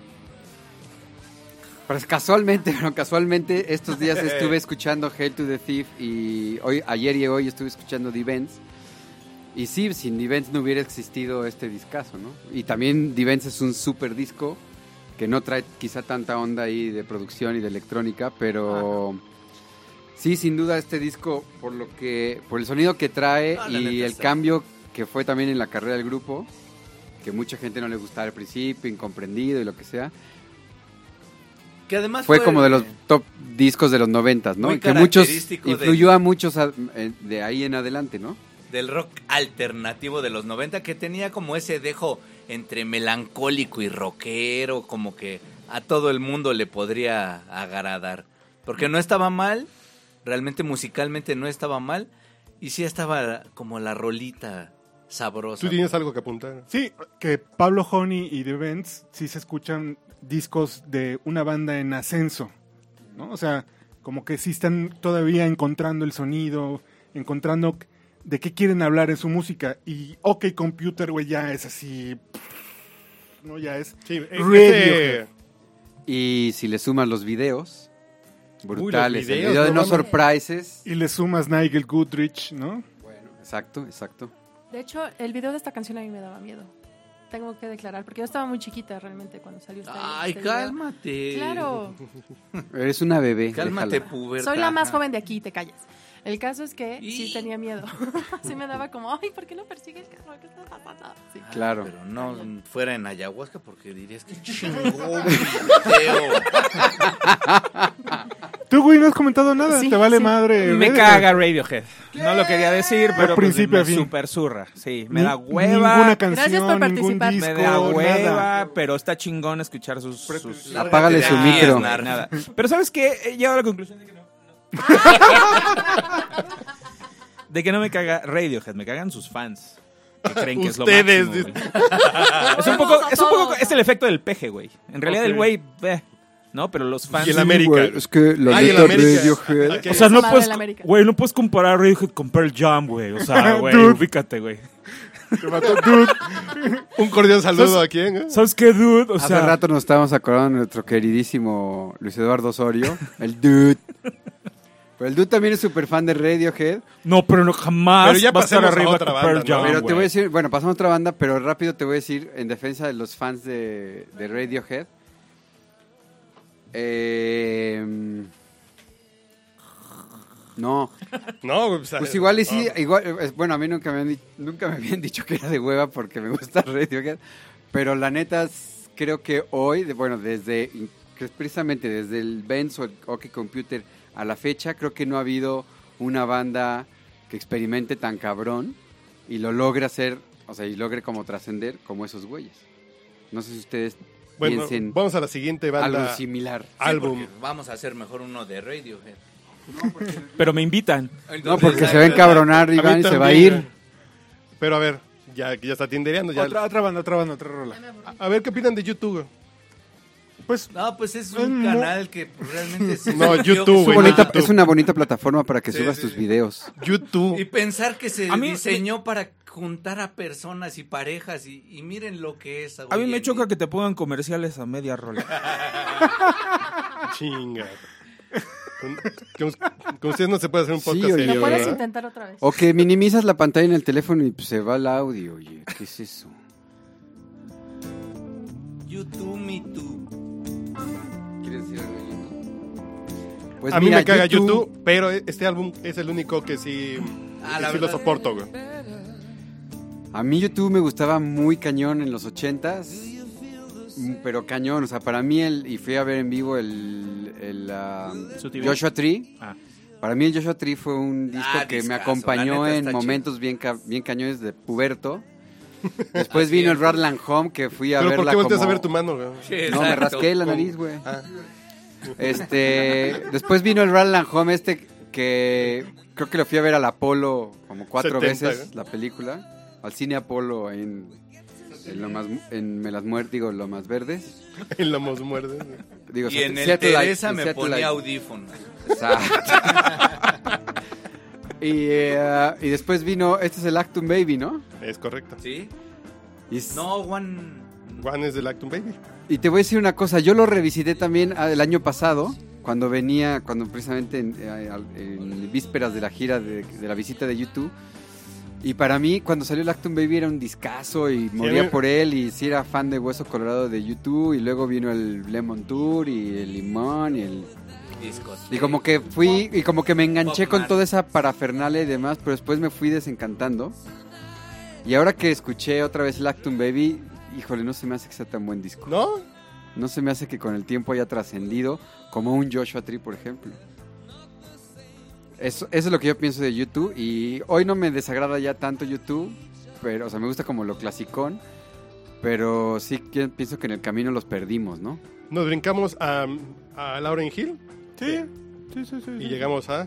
pues casualmente, pero casualmente estos días estuve escuchando Hail to the Thief y hoy, ayer y hoy estuve escuchando The Events. Y sí, sin The Events no hubiera existido este discazo, ¿no? Y también The Events es un super disco que no trae quizá tanta onda ahí de producción y de electrónica, pero sí, sin duda este disco, por lo que, por el sonido que trae Ah, la y neta el está. cambio que fue también en la carrera del grupo, que mucha gente no le gustaba al principio, incomprendido y lo que sea, Que además fue como de los top discos de los noventas, ¿no? muy Que muchos característico influyó del- a muchos a- eh, de ahí en adelante, ¿no? del rock alternativo de los noventa, que tenía como ese dejo entre melancólico y rockero, como que a todo el mundo le podría agradar. Porque no estaba mal, realmente musicalmente no estaba mal, y sí estaba como la rolita sabrosa. ¿Tú tienes algo que apuntar? Sí, que Pablo Honey y The Events sí se escuchan discos de una banda en ascenso, ¿no? O sea, como que sí están todavía encontrando el sonido, encontrando de qué quieren hablar en su música. Y OK Computer, güey, ya es así, no, ya es Sí, e- Radiohead. ese- Y si le suman los videos, brutales. videos, el video de no No mames. Surprises. Y le sumas Nigel Goodrich, ¿no? Bueno, exacto, exacto. De hecho, el video de esta canción a mí me daba miedo. Tengo que declarar, porque yo estaba muy chiquita realmente cuando salió este, Ay, este video. cálmate. Claro, Eres una bebé. Cálmate, déjala. puberta. soy la más joven de aquí, te callas. El caso es que Y- sí tenía miedo. Sí me daba como, ay, ¿por qué no persigue el carro? ¿Qué está pasando? Sí. Claro. Pero no fuera en ayahuasca porque dirías que chingón video. Tú, güey, no has comentado nada, Sí, te vale sí. madre. Me Radiohead. caga Radiohead. No lo quería decir, pero pues, principio a me fin. super zurra. Sí, me Ni- da Ninguna hueva. canción, Gracias por ningún participar. disco, Me da hueva, nada. pero está chingón escuchar sus... sus- Apágale su Ah, micro. nada. nada. Pero ¿sabes qué? He llegado a la conclusión de que no. De que no me caga Radiohead, me cagan sus fans. Que creen que Ustedes, es lo máximo, güey. Es un poco, es un poco, es el efecto del peje, güey. En realidad Ok. el güey, eh, ¿no? Pero los fans... Y el América. Güey, es que la Ah, y el neta América. Radiohead. Aquí- O sea, no Madre puedes, del América. güey, no puedes comparar Radiohead con Pearl Jam, güey. O sea, güey, Dude. ubícate, güey. Te mató, dude. Un cordial saludo a quién, ¿eh? ¿Sabes qué, dude? O Hace sea, rato nos estábamos acordando de nuestro queridísimo Luis Eduardo Osorio, el dude. Pero el dude también es súper fan de Radiohead. no, pero no jamás Pero ya va a estar pasemos a arriba otra que banda, Pearl ¿no? Jam, Pero te güey. voy a decir, bueno, pasamos a otra banda, pero rápido te voy a decir en defensa de los fans de, de Radiohead. Eh, no, No, o sea, pues igual y sí, no. igual, eh, bueno, a mí nunca me, han, di- nunca me habían dicho que era de hueva porque me gusta Radiohead, pero la neta s- creo que hoy, de- bueno, desde, que precisamente desde el Benz o el OK Computer a la fecha, creo que no ha habido una banda que experimente tan cabrón y lo logre hacer, o sea, y logre como trascender como esos güeyes. No sé si ustedes Bueno, piensen vamos a la siguiente banda. algo similar. Sí, álbum. porque vamos a hacer mejor uno de Radiohead. Pero me invitan. No, porque se va a encabronar A mí Iván y se va a también. ir. Pero a ver, ya, ya está tindereando. Ya. Otra, otra banda, otra banda, otra rola. A ver, ¿qué opinan de YouTube? Pues, No, pues es Es un mu- canal que realmente... se No, surgió- YouTube, Es, güey, bonita- YouTube. es una bonita plataforma para que Sí, subas sí, tus sí. videos. YouTube. Y pensar que se A mí- diseñó para juntar a personas y parejas y, y miren lo que es. A mí me choca que te pongan comerciales a media rola. Chinga. Con, con- con ustedes no se puede hacer un Sí, podcast oye, Lo serio, puedes ¿verdad? intentar otra vez. O que minimizas la pantalla en el teléfono y pues, se va el audio. Oye, ¿qué es eso? YouTube, Me Too. ¿Quieres decir algo, Gino? Pues a mí mira, me caga YouTube, pero este álbum es el único que sí, Ah, que la sí lo verdad. soporto, güey. A mí YouTube me gustaba muy cañón en los ochentas, mm, pero cañón, o sea, para mí el, y fui a ver en vivo el, el ah, ¿Su T V? Joshua Tree. Ah. Para mí el Joshua Tree fue un disco Ah, que me discazo, acompañó la neta en está momentos bien, ca- bien cañones de puberto. Después Así vino es. el Radland Home, que fui a Pero ¿por verla qué volteas como... a ver tu mano, güey? Sí, No, me exacto. rasqué la nariz, güey. Ah, Este, después vino el Radland Home este que creo que lo fui a ver al Apolo como cuatro setenta, veces, ¿eh? la película, al cine Apolo ahí en, en, lo más, en Me las muertes, digo, lo más verdes. en la mos muerde. Digo, Y en el Seattle Light- Teresa en me Seattle ponía Light. audífonos. Exacto. y, eh, y después vino, este es el Actum Baby, ¿no? Es correcto. ¿Sí? Y, s- No, One... One es del Actum Baby. y te voy a decir una cosa, yo lo revisité también ah, el año pasado, cuando venía, cuando precisamente en, eh, al- en vísperas de la gira de, de la visita de YouTube. Y para mí, cuando salió el Actum Baby era un discazo y moría me- por él. Y sí era fan de Hueso Colorado de YouTube. Y luego vino el Lemon Tour y el Limón y el... Discos. Y como que fui, y como que me enganché Bob con Marley. toda esa parafernalia y demás, pero después me fui desencantando. Y ahora que escuché otra vez el Actum Baby, híjole, no se me hace que sea tan buen disco. ¿No? No se me hace que con el tiempo haya trascendido como un Joshua Tree, por ejemplo. Eso, eso es lo que yo pienso de YouTube. Y hoy no me desagrada ya tanto YouTube, pero, o sea, me gusta como lo clasicón. Pero sí que pienso que en el camino los perdimos, ¿no? Nos brincamos a, a Lauryn Hill sí, sí, sí, sí. y llegamos a...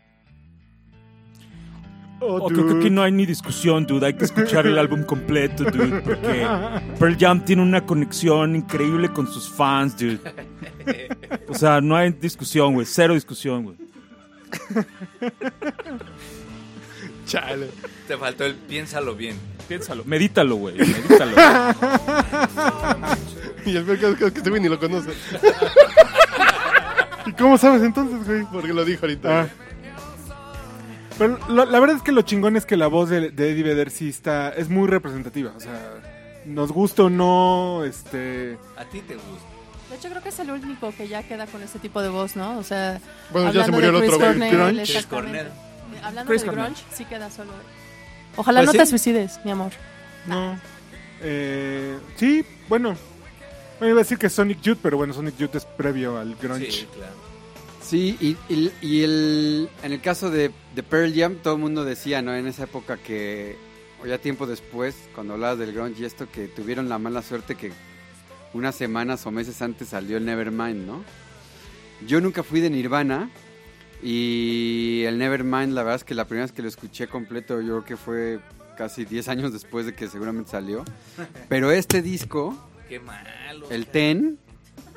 Oh, Oh, creo que dude. aquí no hay ni discusión, dude. Hay que escuchar el álbum completo, dude. Porque Pearl Jam tiene una conexión increíble con sus fans, dude. O sea, no hay discusión, güey. Cero discusión, güey. Chale. Te faltó el piénsalo bien. Piénsalo. Medítalo, güey. Medítalo. Y el peor caso es que este güey ni lo conoce. ¿Y cómo sabes entonces, güey? Porque lo dijo ahorita. Ah. Pero lo- la verdad es que lo chingón es que la voz de, de Eddie Vedder sí está, es muy representativa. O sea, nos gusta o no, este... A ti te gusta. De hecho, creo que es el único que ya queda con ese tipo de voz, ¿no? O sea, Bueno, ya se hablando murió el de Chris otro, güey. Cornell, Grunge. Chris exactamente. Cornell. Hablando Chris de Cornell. grunge, sí queda solo él. Ojalá Pues no sí. te suicides, mi amor. No. Eh, sí, bueno. Bueno, iba a decir que Sonic Youth, pero bueno, Sonic Youth es previo al grunge. Sí, claro. Sí, y, y, y el, en el caso de, de Pearl Jam, todo el mundo decía, ¿no? En esa época que, o ya tiempo después, cuando hablabas del grunge y esto, que tuvieron la mala suerte que unas semanas o meses antes salió el Nevermind, ¿no? Yo nunca fui de Nirvana y el Nevermind, la verdad es que la primera vez que lo escuché completo, yo creo que fue casi diez años después de que seguramente salió. Pero este disco, Qué malo. el Ten,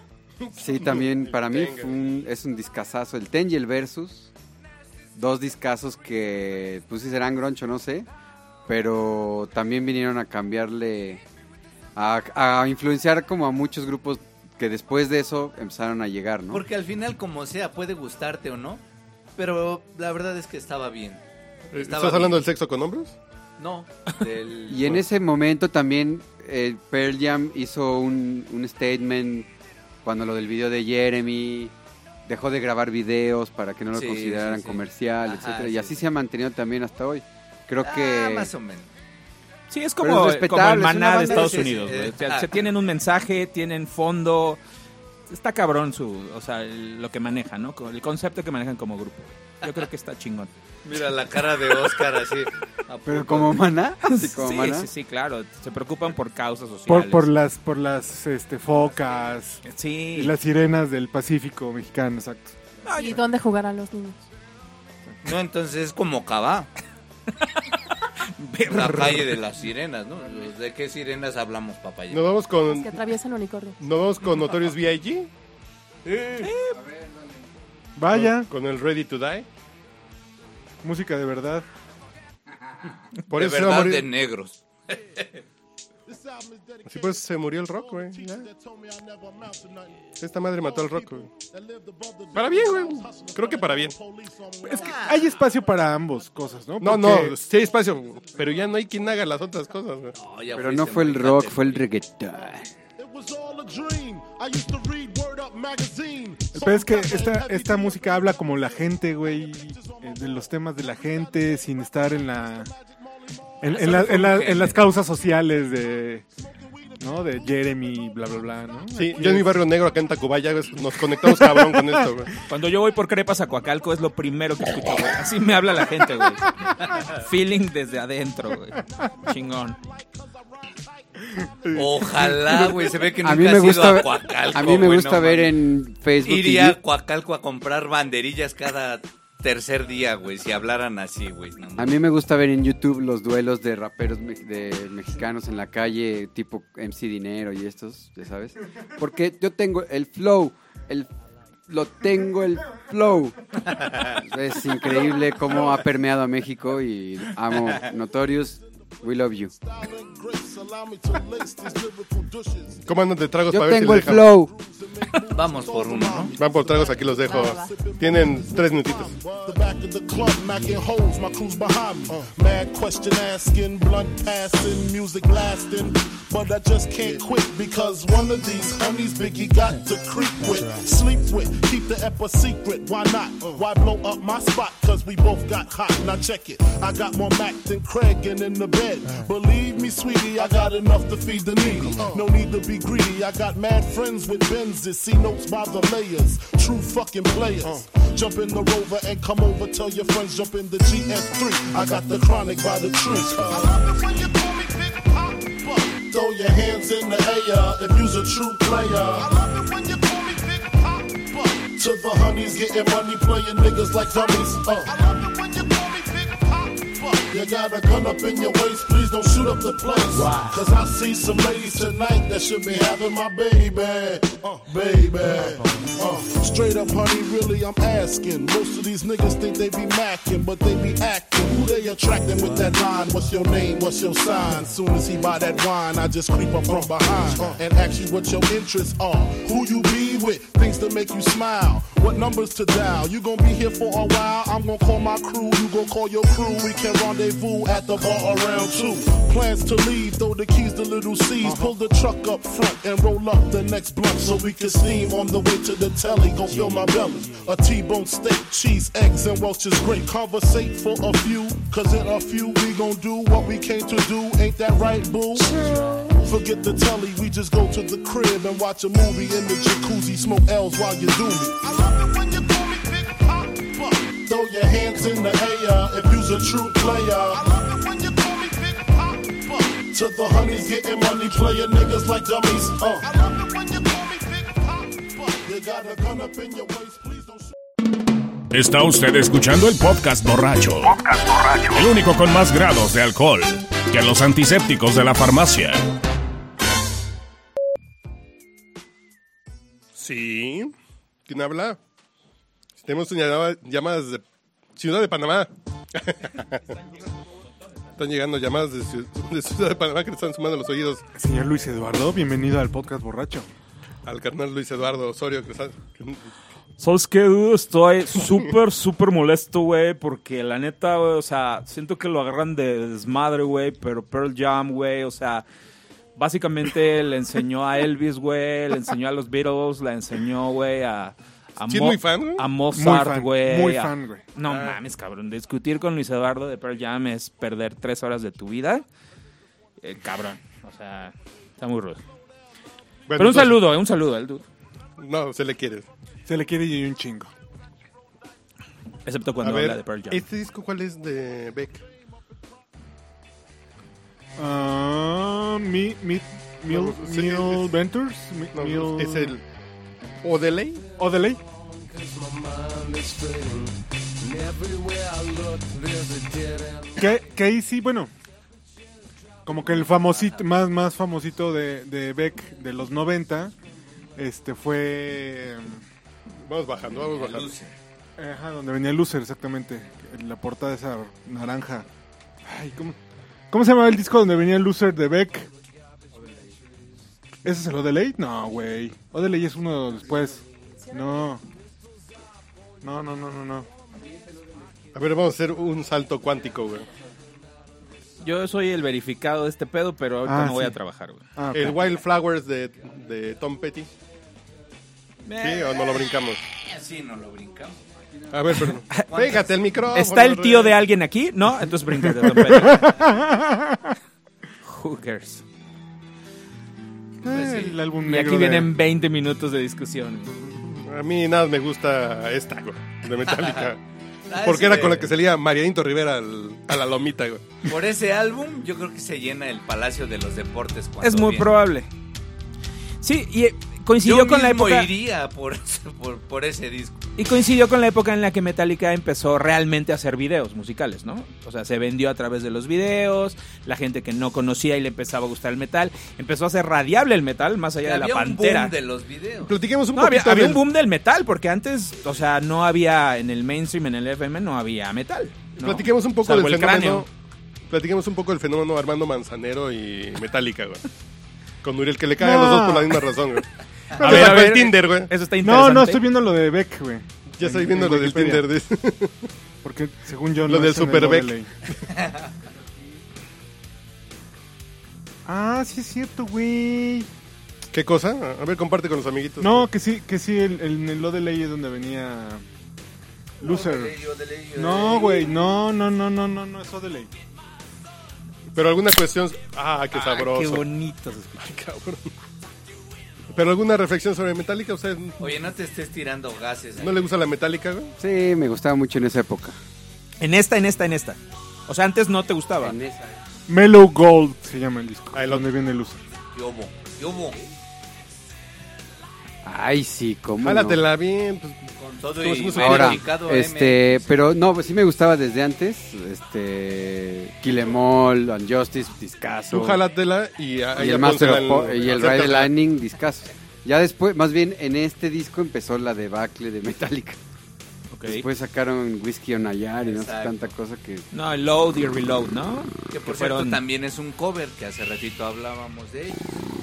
Sí, también para mí fue un- es un discazazo. El Ten y el Versus. Dos discazos que, pues si serán grunge o no sé. Pero también vinieron a cambiarle, a, a influenciar como a muchos grupos que después de eso empezaron a llegar, ¿no? Porque al final, como sea, puede gustarte o no. Pero la verdad es que estaba bien. Estaba ¿Estás hablando bien. del sexo con hombres? No, del... Y en ese momento también eh, Pearl Jam hizo un, un statement cuando lo del video de Jeremy, dejó de grabar videos para que no lo Sí, consideraran sí, sí. comercial, Ajá, etcétera. Y sí, así sí. se ha mantenido también hasta hoy. Creo Ah, que más o menos. Sí, es Pero como, es respetable, como el es una maná de banda- Estados Sí, sí, Unidos, sí. güey. O sea, Ah. se tienen un mensaje, tienen fondo. Está cabrón su, o sea, el- lo que manejan, ¿no? El concepto que manejan como grupo. Yo creo que está chingón. Mira la cara de Oscar así. ¿A pero poco? como Maná, así como Sí, Maná. sí, sí, claro. Se preocupan por causas sociales. Por, por las, por las este, focas Sí. y las sirenas del Pacífico mexicano, exacto. No, ¿Y yo- dónde jugarán los niños? No, entonces es como Cabá. La calle de las sirenas, ¿no? ¿De qué sirenas hablamos, papaya? Nos vamos Los con, que atraviesan unicornio. nos vamos con Notorious B I G. Vaya, Con el Ready to Die. música de verdad. Por de eso se va a verdad morir. de negros. Así pues se murió el rock, güey. ya. Esta madre mató al rock, güey. Para bien, güey. Creo que para bien. Es que hay espacio para ambos cosas, ¿no? No, Porque no, sí hay espacio, pero ya no hay quien haga las otras cosas, güey. No, ya Pero fuiste no fue el muy rock, cate. fue el reggaetón. Pero es que esta, esta música habla como la gente, güey, eh, de los temas de la gente, sin estar en la... En, en, la- en la- en las causas sociales de... ¿No? De Jeremy, bla, bla, bla, ¿no? Sí, Aquí yo en mi es- barrio negro acá en Tacubaya güey, nos conectamos cabrón con esto, güey. Cuando yo voy por crepas a Coacalco es lo primero que escucho, güey. Así me habla la gente, güey. Feeling desde adentro, güey. Chingón. Ojalá, güey. Se ve que nunca A mí me has ido gusta, a ver- Coacalco, a mí me güey, gusta no ver mames. en Facebook y Iría a YouTube- Coacalco a comprar banderillas cada tercer día, güey. Si hablaran así, güey. No, A mí me gusta ver en YouTube los duelos de raperos me- de mexicanos en la calle, tipo M C Dinero y estos, ya sabes. Porque yo tengo el flow, el lo tengo el flow. Es increíble cómo ha permeado a México y amo Notorious. We love you. ¿Cómo andan de tragos Yo para ver tengo si el les dejan? flow. Vamos por uno, ¿no? Van por tragos, aquí los dejo. Va, va, Tienen tres minutitos. The back of the club, macking holes, my crew's behind me. Mad question asking, blunt passing, music blasting. But I just can't quit because one of these honeys Biggie got to creep with, sleep with, keep the ep a secret. Why not? Why blow up my spot? Cause we both got hot. Now check it. I got more Mac than Craig and in the bed. Believe me, sweetie, I got enough to feed the needy. No need to be greedy. I got mad friends with Benzes. See notes by the layers. True fucking players. Jump in the Rover and come over. Tell your friends jump in the G F three. I got the chronic by the tree. I love it when you call me Big Papa. Throw your hands in the air if you's a true player. I love it when you call me Big Papa. To the honeys getting money, playing niggas like dummies. Uh. I love it when you call me Big Papa. You got a gun up in your waist, please don't shoot up the place. Cause I see some ladies tonight that should be having my baby. Uh, baby. Uh, straight up, honey, really, I'm asking. Most of these niggas think they be macking, but they be acting. Who they attracting with that line? What's your name? What's your sign? Soon as he buy that wine, I just creep up from behind and ask you what your interests are. Who you be with? Things to make you smile. What numbers to dial? You gon' be here for a while. I'm gon' call my crew. You gon' call your crew. We can rendezvous at the bar around two. Plans to leave, throw the keys to little C's. Pull the truck up front and roll up the next blunt so we can steam on the way to the telly. Gon' fill my belly. A T-bone steak, cheese, eggs, and Welch's grape. Conversate for a few, cause in a few we gon' do what we came to do. Ain't that right, boo? Forget the telly, we just go to the crib and watch a movie in the jacuzzi. Smoke L's while you do me. I love it when you call me Big Papa. Throw your hands in the air if you's a true player. I love it when you call me Big Papa. To the honeys getting money, playing niggas like dummies. Uh. I love it when you call me Big Papa. You got a gun up in your waist, please don't shoot. Está usted escuchando el podcast borracho. El único con más grados de alcohol que los antisépticos de la farmacia. Sí. ¿Quién habla? Tenemos una llamada- llamadas de Ciudad de Panamá. Están llegando llamadas de, Ciu- de Ciudad de Panamá que le están sumando los oídos Señor Luis Eduardo, bienvenido al podcast borracho. al carnal Luis Eduardo Osorio. Que está- que- ¿Sabes qué, dude? Estoy súper, súper molesto, güey, porque la neta, güey, o sea, siento que lo agarran de desmadre, güey, pero Pearl Jam, güey, o sea, básicamente le enseñó a Elvis, güey, le enseñó a los Beatles, le enseñó, güey, a... A, ¿Sí es Mo- muy fan, güey? a Muy Mozart, fan, güey. muy a- fan, güey. No Ah. mames, cabrón. Discutir con Luis Eduardo de Pearl Jam es perder tres horas de tu vida. Eh, cabrón. O sea, está muy rudo. Bueno, Pero un entonces- saludo, eh, un saludo al dude. No, se le quiere. Se le quiere y hay un chingo. Excepto A cuando habla de ver, Pearl Jam. ¿este disco cuál es de Beck? Ah, mi, mi, Mil, No, sí, Mil es- Ventures. Mi- No, Mil- es el Odelay. Odelay. Que, que ahí sí, bueno. Como que el famosito, más, más famosito de, de Beck de los noventa, este fue... Vamos bajando, vamos bajando. Ajá, donde venía Loser, exactamente. La portada esa naranja. Ay, ¿cómo, ¿cómo se llamaba el disco donde venía Loser de Beck? ¿Ese es el Odelay? No, güey. Odelay es uno después. No. No, no, no, no, no. A ver, vamos a hacer un salto cuántico, güey. Yo soy el verificado de este pedo, pero ahorita Ah, no voy sí. a trabajar, güey. Ah, ok. El Wildflowers de, de Tom Petty. ¿Sí o no lo brincamos? Sí, no lo brincamos. A ver, pero... Pégate el micrófono. ¿Está el tío Rey. de alguien aquí? No, entonces bríncate. Don Pedro. Who cares? Eh, el álbum Y negro aquí de- vienen veinte minutos de discusión. A mí nada me gusta esta, güey, de Metallica. Ah, Porque sí, era güey. con la que salía Marianito Rivera al- a la lomita, güey. Por ese álbum, yo creo que se llena el Palacio de los Deportes. cuando Es muy viene. probable. Sí, y eh, coincidió Yo con la mismo época iría por, por, por ese disco. y coincidió con la época en la que Metallica empezó realmente a hacer videos musicales, ¿no? O sea, se vendió a través de los videos, la gente que no conocía y le empezaba a gustar el metal, empezó a ser radiable el metal más allá de la Había un Pantera. boom de los videos. Platiquemos un No, había, poquito había del- un boom del metal, porque antes, o sea, no había en el mainstream, en el F M, no había metal. ¿no? Platiquemos un poco Salvo del el fenómeno. cráneo. Platiquemos un poco del fenómeno Armando Manzanero y Metallica, güey. Con Uriel, que le cagan No. los dos por la misma razón, güey. A Ya ver, a sacó ver, el Tinder, güey. Eso está No, interesante. no, estoy viendo lo de Beck, güey. Ya estoy En- viendo en lo del Wikipedia. Tinder. dice. Porque según yo Lo no del es en el Super Beck. Odelay. Ah, sí es cierto, güey. ¿Qué cosa? A ver, comparte con los amiguitos. No, que sí, que sí, el, el, el Odelay es donde venía Loser. No, güey, no, no, no, no, no, no es Odelay. Pero alguna cuestión... Ah, qué Ah, sabroso. qué bonito se escucha. Ay, cabrón. Pero alguna reflexión sobre Metallica, ¿usted Oye, no te estés tirando gases. ahí. no le gusta la Metallica, güey? Sí, me gustaba mucho en esa época. En esta, en esta, en esta. O sea, antes no te gustaba. En esa. Mellow Gold se llama el disco. Ah, el otro. donde viene Loser. ¿Qué hubo? ¿Qué hubo? Ay, sí, cómo no. Jálatela bien. Pues, Con todo Como y si no Ahora, verificado este, pero no, pues sí me gustaba desde antes, este, Kill Em All, Unjustice, discazo. tú jálatela y... y el Master of Po- y el Ride the Lightning, discazo. Ya después, más bien en este disco empezó la debacle de Metallica. Ok. Después sacaron Whiskey on a Jar y no sé Exacto. tanta cosa que... No, el Load y el Reload, ¿no? Que por Que cierto fueron- también es un cover, que hace ratito hablábamos de ello.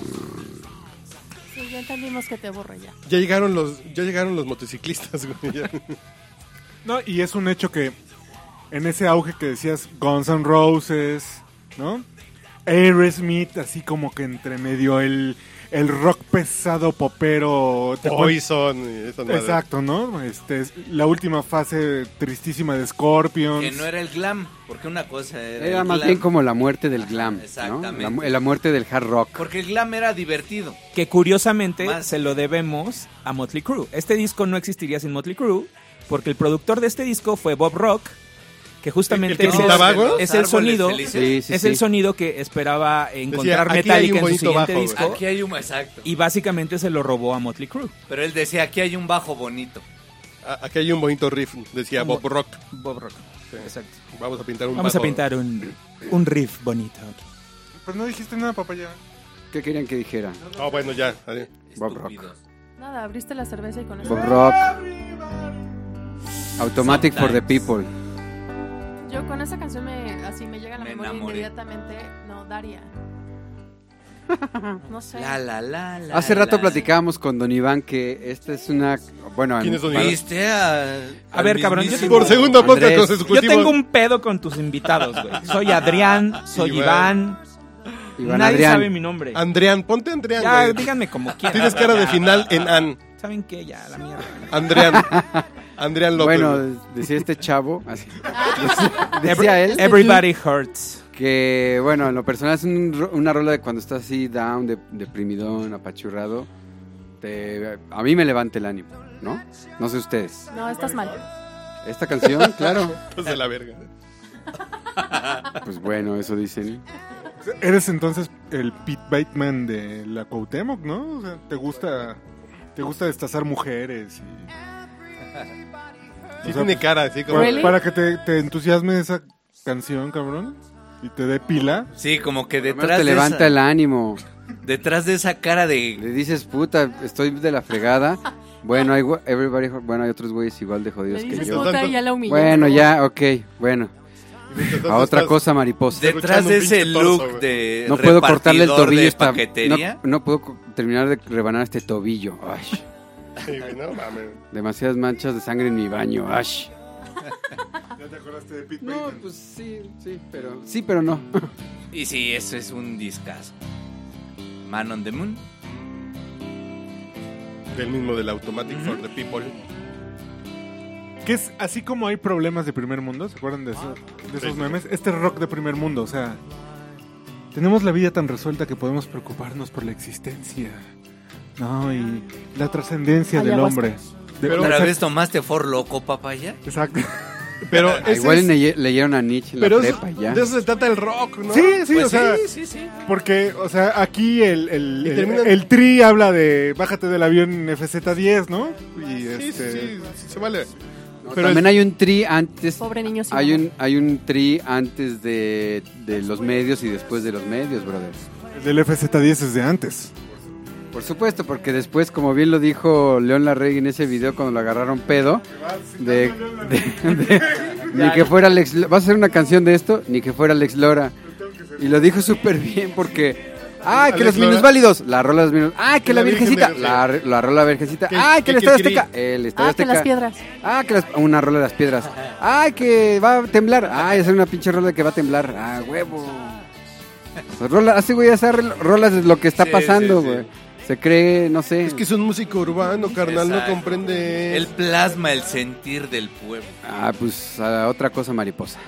Sí, ya entendimos que te aburre ya. Ya llegaron los, ya llegaron los motociclistas, güey. ya. No, y es un hecho que en ese auge que decías Guns N' Roses, ¿no? Aerosmith, así como que entre medio el, el rock pesado popero. ¿te acuerdas? Poison y esas madres. Exacto, ¿no? Este, es la última fase tristísima de Scorpions. Que no era el glam, porque una cosa era. Era el más glam, bien como la muerte del glam, ¿no? Exactamente. La, mu- la muerte del hard rock. Porque el glam era divertido. Que curiosamente Más. se lo debemos a Motley Crue. Este disco no existiría sin Motley Crue, porque el productor de este disco fue Bob Rock, que justamente ¿El que es, pintaba, el, güey? es el sonido, Felices. Sí, sí, es sí. el sonido que esperaba encontrar "Aquí hay Metallica un en su bonito siguiente bajo, disco, Aquí hay un exacto. y básicamente se lo robó a Motley Crue. Pero él decía, aquí hay un bajo bonito. A- Aquí hay un bonito riff, decía Como- Bob Rock. Bob Rock. Sí. Exacto. Vamos a pintar un Vamos a bajo. pintar un, un riff bonito. Pues no dijiste nada, papaya. ¿Qué querían que dijera? Ah, bueno, ya. adiós. Bob Rock. Estúpidos. Nada, abriste la cerveza y con eso. Pop rock. Automatic for the people. Yo con esa canción me, así me llega a la Me memoria enamoré. inmediatamente. No, Daria. No sé. La, la, la, la, Hace rato la. platicábamos con Don Iván que esta es una... Bueno, ¿Quién en- es Don para- Iván? ¿Viste a, A ver, cabrón, yo tengo- Por segundo podcast Andrés. consecutivo. Yo tengo un pedo con tus invitados, güey. Soy Adrián, soy Iván. Iván. Iván Nadie Adrián. sabe mi nombre. Andrián, ponte Andrián, Ya, güey. díganme como quieran. Tienes cara de final en An. ¿Saben qué? Ya, la mierda. Andrián. Andrián López. güey. Bueno, decía este chavo, así, decía, decía él Everybody hurts. que, bueno, en lo personal es un ro- una rola de cuando estás así down, de, deprimidón, apachurrado, te, a mí me levanta el ánimo, ¿no? No sé ustedes. No, estás mal. Esta canción, claro, Hijos de la verga. pues bueno, eso dicen. Eres entonces el Pete Bateman de la Cuauhtémoc, ¿no? O sea, te gusta, te gusta destazar mujeres y... Sí O sea, tiene cara, así como... para, Really? para que te, te entusiasme esa canción, cabrón, y te dé pila. Sí, como que Además detrás te de levanta esa, el ánimo. detrás de esa cara de... Le dices, puta, estoy de la fregada. Bueno, hay, gua- everybody, bueno, hay otros güeyes igual de Le jodidos que dices yo. puta y ya la humilló. Bueno, ya, ok, bueno. Entonces A otra estás- cosa, mariposa. Detrás de un ese pinche torso, look güey. de No puedo cortarle el repartidor tobillo de esta, no, paquetería. no puedo co- terminar de rebanar este tobillo. Ay, Sí, güey, no mames. demasiadas manchas de sangre en mi baño. Ay. ¿Ya te acordaste de Pete No, pues sí, sí, pero sí, pero no. Y sí, eso es un discazo. Man on the Moon. Del mismo del Automatic for the People. Que es así como hay problemas de primer mundo, ¿se acuerdan de, eso- de esos memes? Este es rock de primer mundo, o sea, tenemos la vida tan resuelta que podemos preocuparnos por la existencia, ¿no? Y la trascendencia del Ayahuasca. hombre. De- Pero- ¿Otra exact- vez tomaste For Loco, papaya? Exacto. Pero Ah, ese igual es- leye- leyeron a Nietzsche en la pero eso- prepa ya. de eso se trata el rock, ¿no? Sí, sí, Pues o sea, sí, sí, sí. porque, o sea, aquí el, el, Y el, terminan- el Tri habla de bájate del avión F Z diez, ¿no? Y Sí, este... sí, sí, sí, se vale. No, pero también es- hay un tri antes. Pobre niño sin Hay amor. un, hay un tri antes de, de los medios y después de los medios, brother. El del F Z diez es de antes. Por supuesto, porque después, como bien lo dijo León Larregui en ese video cuando lo agarraron pedo, de, de- de- ni que fuera Alex, Lo- ¿vas a hacer una canción de esto? Ni que fuera Alex Lora. Y lo dijo súper bien porque, ah, que Alex los Lora. minusválidos, la rola de los minus, ah, que la, La Virgen virgencita, de- la, la rola virgencita, Que- ah, que, que el Estadio Kikiri. Azteca, el Estadio Ah, que Azteca, las piedras. ah, que las, una rola de las piedras, ah, que va a temblar, ah, hacer una pinche rola de que va a temblar, ah, huevo. Pues rola, así güey, hacer rolas de lo que está Sí, pasando, sí, sí. güey. Se cree, no sé. Es que es un músico urbano, carnal, no Exacto. comprende. Él plasma el sentir del pueblo. Ah, pues a otra cosa mariposa.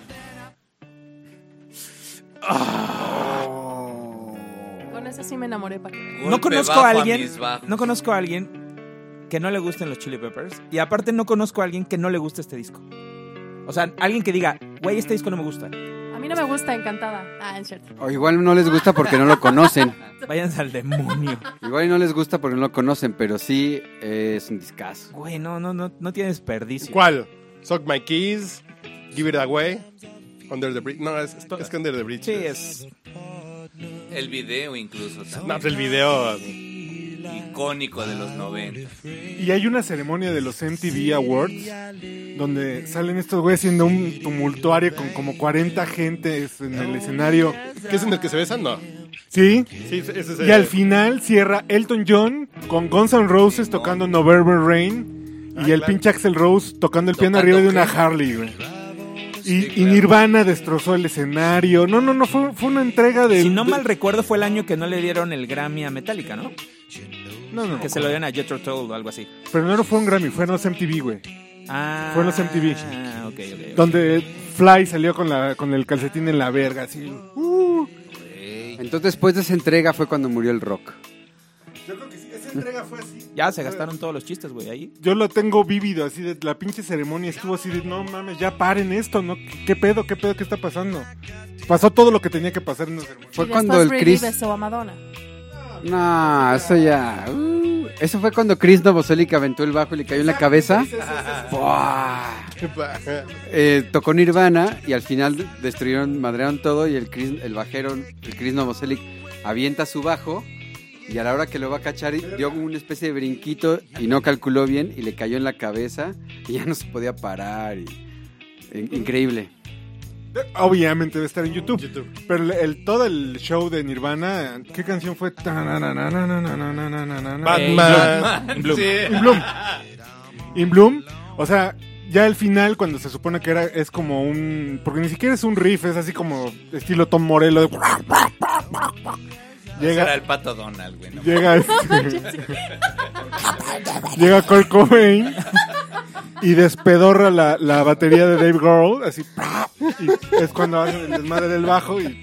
Con ese sí me enamoré, para que vean. No Golpe conozco bajo a a alguien, mis bajos. no conozco a alguien que no le gusten los Chili Peppers y aparte no conozco a alguien que no le guste este disco. O sea, alguien que diga, güey, este disco no me gusta. A mí no me gusta Encantada. Ah, es cierto. O igual no les gusta porque no lo conocen. Váyanse al demonio. Igual no les gusta porque no lo conocen, pero sí eh, es un discazo. Güey, no, no, no, no tiene desperdicio. ¿Cuál? Suck My Keys, Give It Away, Under the Bridge. No, es, es que Under the Bridge. Sí, es. El video incluso No, también. pues el video. Icónico de los noventa. Y hay una ceremonia de los M T V Awards donde salen estos güeyes haciendo un tumultuario con como cuarenta gentes en el escenario. ¿Qué es en el que se besan? No. ¿Sí? Sí, ese es Y al final cierra Elton John con Guns N' Roses tocando November Rain y Ah, el claro. pinche Axl Rose tocando el piano ¿Tocando arriba de una qué? Harley, güey. Y, Sí, y claro. Nirvana destrozó el escenario. No, no, no, fue, fue una entrega de... Si no de- mal recuerdo, fue el año que no le dieron el Grammy a Metallica, ¿no? No, no, Que se lo dieron a Jethro Tull o algo así. pero no fue un Grammy, fue en los M T V, güey. Ah, Fue en los M T V. Ah, ok, ok. ok. Donde Fly salió con, la, con el calcetín en la verga, así. Uh. Entonces después de esa entrega fue cuando murió el rock. Yo creo que sí, esa entrega fue así. Ya se gastaron todos los chistes, güey, ahí. Yo lo tengo vívido, así de la pinche ceremonia estuvo así de, no mames, ya paren esto, ¿no? ¿Qué pedo, qué pedo, qué está pasando? Pasó todo lo que tenía que pasar en una ceremonia. Fue Y cuando después el Britney Chris... besó a Madonna. No, eso ya... uh, eso fue cuando Chris Novoselic aventó el bajo y le cayó en la cabeza. ¡Buah! Eh, tocó Nirvana y al final destruyeron, madrearon todo y el Chris, el bajero, el Chris Novoselic avienta su bajo Y a la hora que lo va a cachar, dio una especie de brinquito y no calculó bien y le cayó en la cabeza y ya no se podía parar. Y... Increíble. Obviamente debe estar en YouTube. YouTube. Pero el, el- todo el show de Nirvana, ¿qué canción fue? Batman. Batman. Bloom. Sí. In Bloom. In Bloom. O sea, ya el final, cuando se supone que era, es como un. Porque ni siquiera es un riff, es así como estilo Tom Morello. De... Ese era Llega. el Pato Donald, güey. ¿no? Llega. este- Llega Kurt Cobain y despedorra la, la batería de Dave Grohl. Así. Y es cuando hace el desmadre del bajo y.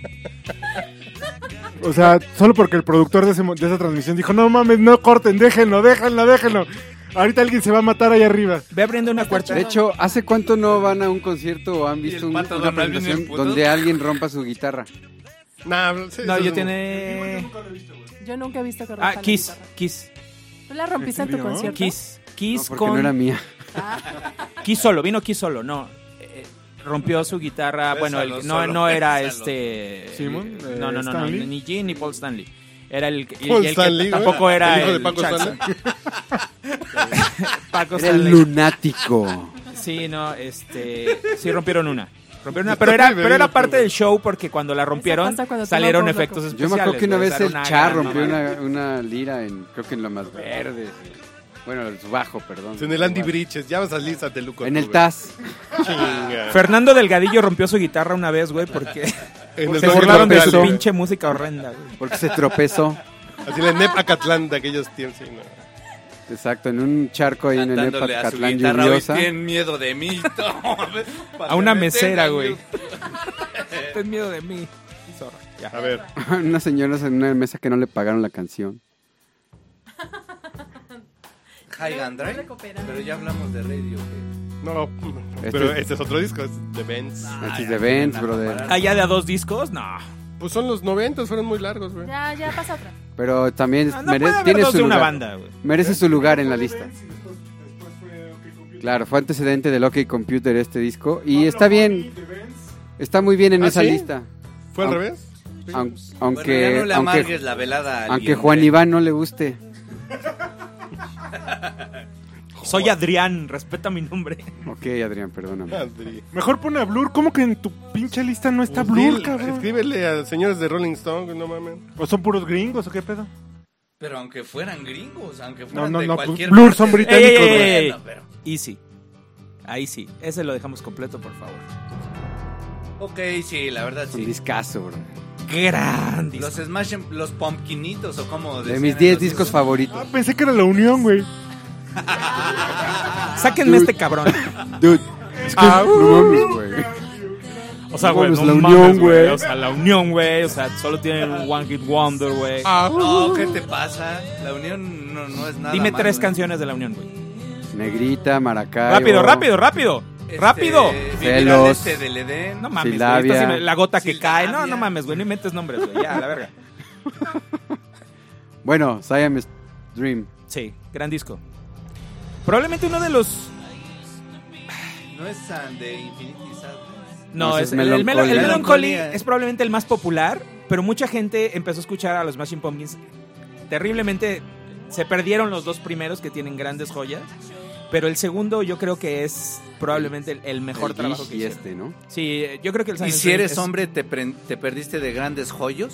O sea, solo porque el productor de, ese mo- de esa transmisión dijo: no mames, no corten, déjenlo, déjenlo, déjenlo. Ahorita alguien se va a matar ahí arriba. Ve abriendo una cuarta. De hecho, ¿hace cuánto no van a un concierto o han Y visto el un- Pato una Donald bien presentación puto. donde alguien rompa su guitarra? Nah, sí, No, eso yo es- Yo tiene... nunca he visto que Ah, rompa la Kiss, guitarra. Kiss, ¿Tú la rompiste en tu ¿En serio? concierto? Kiss, No, Kiss porque con... no era mía. Kiss solo, vino Kiss solo, no. Eh, rompió su guitarra, bueno, el- Bésalo no, solo, no era bésalo. este... Simon, eh, eh, no, no, no, no, Stanley. ni Gene ni Paul Stanley. Era el, y- Paul y el Stanley, que güey. tampoco era El hijo de el Paco Charles. Stanley. Paco Era el Stanley. lunático. Sí, no, este, sí rompieron una. Rompieron una, pero era, pero era parte del show porque cuando la rompieron pasa cuando te salieron vuelves efectos loco. Yo especiales. me acuerdo que una güey, vez era el una Char gran rompió mamada. una, una lira en, creo que en lo más verde. Bueno, su bajo, perdón. En el Andy Bridges. Ya vas a salir a Teluco. En tú, el güey. T A S. Chinga. Fernando Delgadillo rompió su guitarra una vez, güey, porque En el se Parque burlaron de su Nacional, pinche música horrenda, güey. Porque se tropezó. Así en el Nep Acatlán de aquellos tiempos. Sí, no. Exacto, en un charco ahí en el Cantándole a su Epacatlán guitarra, hoy lluviosa. tienen miedo de mí. A una mesera, güey. Ten miedo de mí. Zorra, ya. A ver. Unas señoras en una mesa que no le pagaron la canción. High and Dry. Pero ya hablamos de radio. güey. No, Este pero es- este es otro disco. Es de Benz. Este es de Benz, brother. ¿Allá de a dos discos? No. Pues son los noventas, fueron muy largos, güey. Ya, ya pasa otra. Pero también Ah, no mere- puede haber tiene dos su de una lugar. banda, güey. Merece su lugar en la lista. Claro, fue antecedente del OK Computer este disco. Y está bien, está muy bien en ¿Ah, esa sí? lista. ¿Fue al Aun- revés? Aun- Bueno, Aunque, ya no le aunque, amargues la velada a aunque alguien, Juan güey. Iván no le guste. Soy Adrián, respeta mi nombre. Ok, Adrián, perdóname. Adri. Mejor pone a Blur. ¿Cómo que en tu pinche lista no está Pues Blur, dile, cabrón? Escríbele a señores de Rolling Stone, no mames. ¿O son puros gringos o qué pedo? Pero aunque fueran gringos, aunque No, fueran no, de no, pues cualquier Blur parte son de- británicos, Ey, ey, güey. ey, ey. Bueno, pero- Easy. Ahí sí. Ese lo dejamos completo, por favor. Ok, sí, la verdad Es un sí. discazo, bro. Gran disco. Los Smash, los Pumpkinitos o como De mis diez discos favoritos. Ah, pensé que era la Unión, güey. Sáquenme este cabrón. Dude, es que Ah, no mames, güey. O sea, No güey, mames, no la mames, Unión, güey. güey. O sea, la Unión, güey. O sea, solo tienen un One Hit Wonder, güey. No, ¿qué te pasa? La Unión no, no es nada Dime malo, tres ¿eh? canciones de la Unión, güey. Negrita, Maracaibo. Rápido, rápido, rápido. Este, Rápido. Vivir al Celos. este del Edén. No mames, güey. Silabia. Esta sí me- La gota que cae. No, Silabia. no mames, güey. No inventes nombres, güey. Ya, la verga. Bueno, Siamese Dream. Sí, gran disco. Probablemente uno de los... No es San de Infinity Sadness. No, No, ese es, es el, el, Melo- el Melancholy. Melancholy Melancolía. es probablemente el más popular, pero mucha gente empezó a escuchar a los Smashing Pumpkins. Terriblemente se perdieron los dos primeros que tienen grandes joyas, pero el segundo yo creo que es probablemente el, el mejor El trabajo Gish que y hicieron. este, ¿no? Sí, yo creo que el Y Silent si eres es- hombre, te, pre- te perdiste de grandes joyos.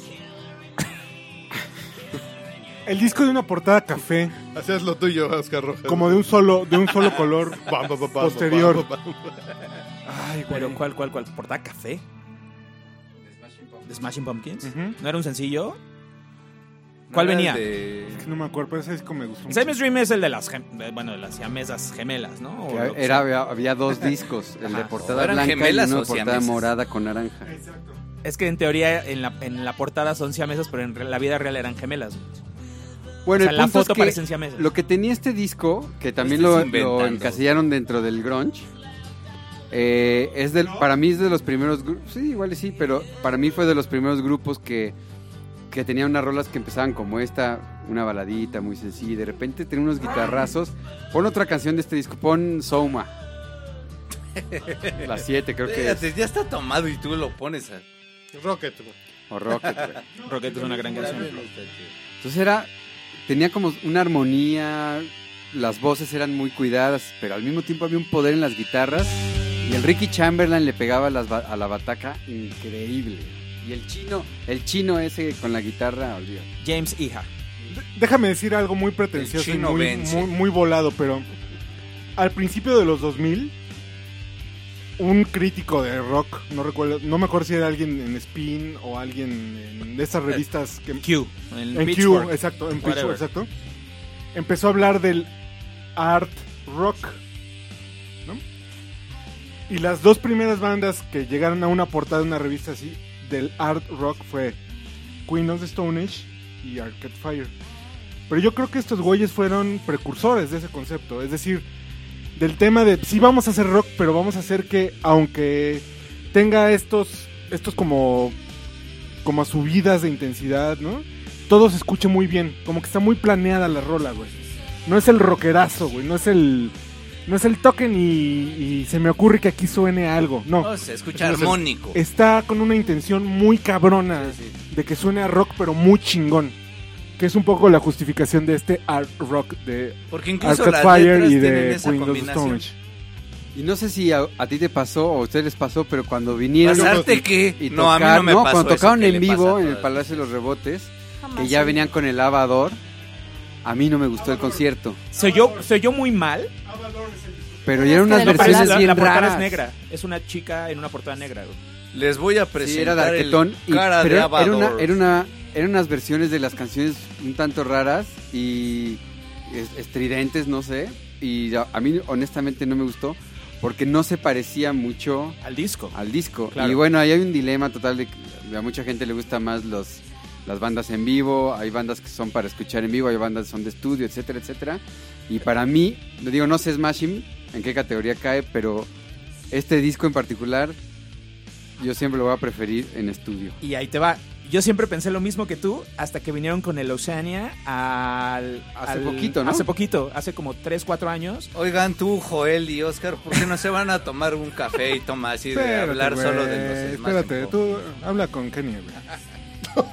El disco de una portada café, Hacías lo tuyo, Oscar Rojas. como de un solo, de un solo color. Bam, bam, bam, bam, posterior. bam, bam, bam. Ay, Pero güey. ¿cuál, cuál, cuál? ¿Portada café? ¿De Smashing Pumpkins? Ujú. ¿No era un sencillo? ¿Cuál No era venía? el de- Es que no me acuerdo, pero ese disco me gustó. El Siamese Dream es el de las, gem- de- bueno, de las siamesas gemelas, ¿no? O Que lo que era, sea. había, había dos discos, el de Ajá. portada ¿Eran blanca y gemelas uno o de portada siameses? morada con naranja. Es que en teoría en la, en la portada son siamesas, pero en re- la vida real eran gemelas. Bueno, O sea, el la punto foto es que parecen siamesas. lo que tenía este disco, que también Estás lo, lo inventando. encasillaron dentro del grunge, eh, es del, para mí es de los primeros grupos, sí, igual y sí, pero para mí fue de los primeros grupos que, que tenían unas rolas que empezaban como esta, una baladita muy sencilla, y de repente tenía unos guitarrazos. Pon otra canción de este disco, pon Soma. La siete creo que es. Fíjate, ya está tomado y tú lo pones a... Rocket, güey. O Rocket, güey. Rocket es una gran canción. Entonces era tenía como una armonía, las voces eran muy cuidadas, pero al mismo tiempo había un poder en las guitarras y el Ricky Chamberlain le pegaba a, las, a la bataca increíble. Y el chino, el chino ese con la guitarra, olvídate. James Iha. Déjame decir algo muy pretencioso y chino muy, vence. muy, muy volado, pero al principio de los dos mil, un crítico de rock, no recuerdo, no me acuerdo si era alguien en Spin o alguien en de esas revistas que Q. En, en Pitchfork. Q, exacto, en Whatever. Pitchfork, exacto, empezó a hablar del art rock, ¿no? Y las dos primeras bandas que llegaron a una portada de una revista así del art rock fue Queen of the Stone Age y Arcade Fire. Pero yo creo que estos güeyes fueron precursores de ese concepto, es decir, del tema de sí vamos a hacer rock, pero vamos a hacer que aunque tenga estos estos como como subidas de intensidad, ¿no? Todo se escuche muy bien, como que está muy planeada la rola, güey. No es el rockerazo, güey, no es el no es el toquen y, y se me ocurre que aquí suene algo, no. No, se escucha No, armónico. Está con una intención muy cabrona Sí, sí. de que suene a rock, pero muy chingón. Que es un poco la justificación de este art rock de Porque incluso Arcade las Fire letras y tienen de esa Queen of the combinación. Stone Age. Y no sé si a, a ti te pasó o a ustedes les pasó, pero cuando vinieron ¿Pasarte y, qué? y No, a mí tocar- no me pasó cuando eso tocaron que en le vivo pasa a en el todas. Palacio de los Rebotes, Jamás que ya oí. venían con el lavador, a mí no me gustó el concierto, Se oyó, se oyó muy mal. pero Es ya eran que unas de lo versiones la, bien la portada raras. es negra. Es una chica en una portada negra, güey. Les voy a Sí, presentar era darquetón, el y- cara pero de era, era una, Avador. era una, eran unas versiones de las canciones un tanto raras y es- estridentes, no sé, y a, a mí honestamente no me gustó porque no se parecía mucho Al disco. al disco. Claro. Y bueno, ahí hay un dilema total de que a mucha gente le gusta más los las bandas en vivo, hay bandas que son para escuchar en vivo, hay bandas que son de estudio, etcétera, etcétera. Y para mí, le digo, no sé Smashing en qué categoría cae, pero este disco en particular yo siempre lo voy a preferir en estudio. Y ahí te va. Yo siempre pensé lo mismo que tú hasta que vinieron con el Oceania al... Hace al- poquito, ¿no? Hace poquito, hace como tres, cuatro años. Oigan, tú, Joel y Oscar, ¿por qué no se van a tomar un café y toma así de Espérate, hablar güey, solo de los Smashing espérate, Pumpkins? tú habla con Kenny, güey.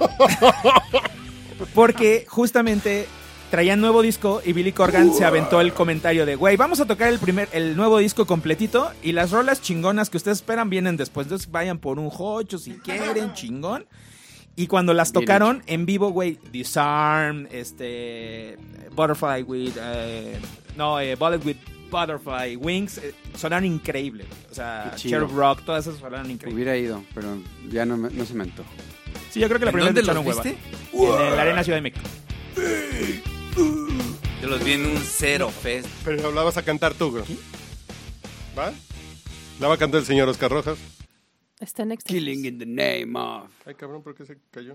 Porque justamente traían nuevo disco y Billy Corgan se aventó el comentario de, güey, vamos a tocar el primer, el nuevo disco completito y las rolas chingonas que ustedes esperan vienen después. Entonces vayan por un jocho si quieren, chingón. Y cuando las Bien tocaron en vivo, güey, Disarm, este, Butterfly with, eh, no, eh, Bullet with Butterfly Wings, eh, sonaron increíble, güey. O sea, Qué chido. Cherub Rock, todas esas sonaron increíbles. Hubiera ido, pero ya no, me- no se me antojó. Sí, yo creo que la ¿En primera dónde vez echaron los hueva. viste? En la Arena Ciudad de México. Yo los vi en un Cero Fest. Pero la vas a cantar tú, güey. ¿Va? La va a cantar el señor Oscar Rojas. Está en extra. Killing in the name of. Ay, cabrón, ¿por qué se cayó?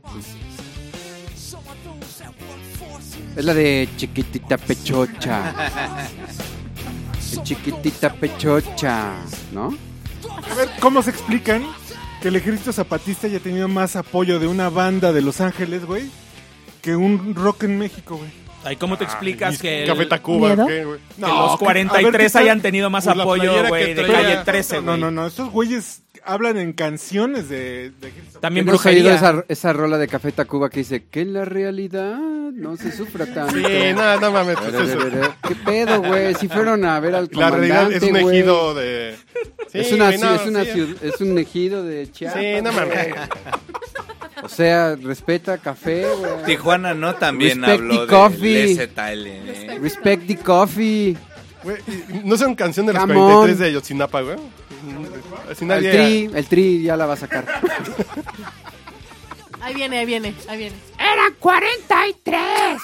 Es la de Chiquitita Pechocha. De Chiquitita Pechocha, ¿no? A ver, ¿cómo se explican que el ejército zapatista haya tenido más apoyo de una banda de Los Ángeles, güey, que un rock en México, güey? Ay, ¿cómo te explicas ¿Y que, el- Café Tacuba, ¿Miedo? ¿qué, güey? que los que- cuarenta y a ver, tres ¿qué tal? hayan tenido más Pues la apoyo, playera güey, que de traía- calle trece, No, güey? no, no, estos güeyes hablan en canciones de, de ejército. También ¿No has oído brujería. esa, esa rola de Café Tacuba que dice que en la realidad no se sufra tanto? Sí, no, no mames. pues eso- ¿Qué pedo, güey? Si fueron a ver al La realidad es un comandante, güey. ejido de... Sí, es, una, güey, no, es, una sí. ciud- es un ejido de Chiapas. Sí, no güey. mames. O sea, respeta café, güey. Tijuana no también Respect habló the de coffee. L Z L. ¿eh? Respect the coffee. Güey, ¿no son canción de los Come cuarenta y tres on. de Ayotzinapa, güey? Así El nadie... tri, el tri ya la va a sacar. Ahí viene, ahí viene, ahí viene. Eran cuarenta y tres.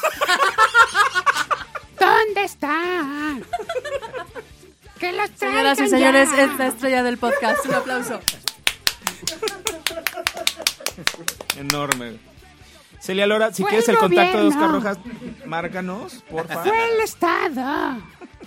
¿Dónde están? Que los Señoras y traigan señores, ya. es la estrella del podcast. Un aplauso. Enorme. Celia Lora, si Fue quieres el el contacto de Oscar gobierno. Rojas, márcanos, porfa. Fue el Estado.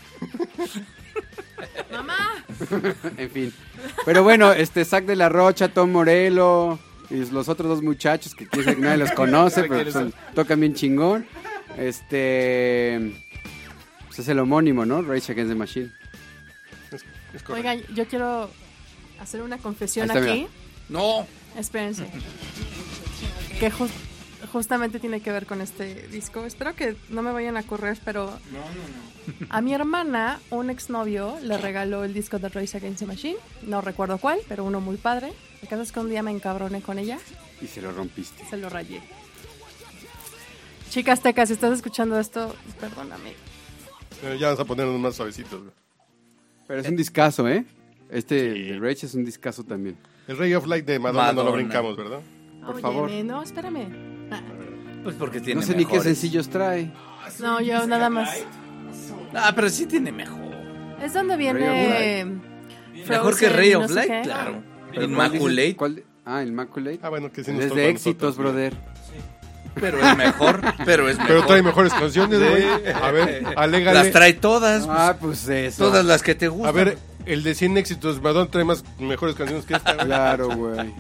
Mamá. En fin. Pero bueno, este Zac de la Rocha, Tom Morello y los otros dos muchachos que quién sabe, nadie los conoce, pero son- tocan bien chingón. Este pues es el homónimo, ¿no? Rage Against the Machine. Es correcto. Oigan, yo quiero hacer una confesión Ahí está, aquí. mira. No. Espérense. Que ju- justamente tiene que ver con este disco. Espero que no me vayan a correr, pero no, no, no. A mi hermana, un exnovio le regaló el disco de Rage Against the Machine. No recuerdo cuál, pero uno muy padre. El caso es que un día me encabroné con ella. Y se lo rompiste. Se lo rayé. Chicas tecas, si estás escuchando esto, perdóname. Pero ya vamos a ponernos más suavecitos. Güey. Pero es un discazo, ¿eh? Este sí. de Rage es un discazo también. El Ray of Light de Madonna, Madonna. no lo brincamos, ¿verdad? Por Oye, favor. No, espérame. Ah. Pues porque tiene No sé mejores. ni qué sencillos trae. No, yo nada más. Ah, pero sí tiene mejor. Es donde viene... Mejor que Ray of no sé Light, qué. claro. Pero Immaculate. ¿cuál dices? ¿Cuál? Ah, Immaculate. Ah, bueno, que sí nos Es toca de a éxitos, nosotros, brother. Pero es mejor, pero es mejor. Pero trae mejores canciones, güey. A ver, alégale. Las trae todas. Ah, pues eso. Todas las que te gustan. A ver, el de cien éxitos, Madonna trae más mejores canciones que esta, güey. Claro, güey.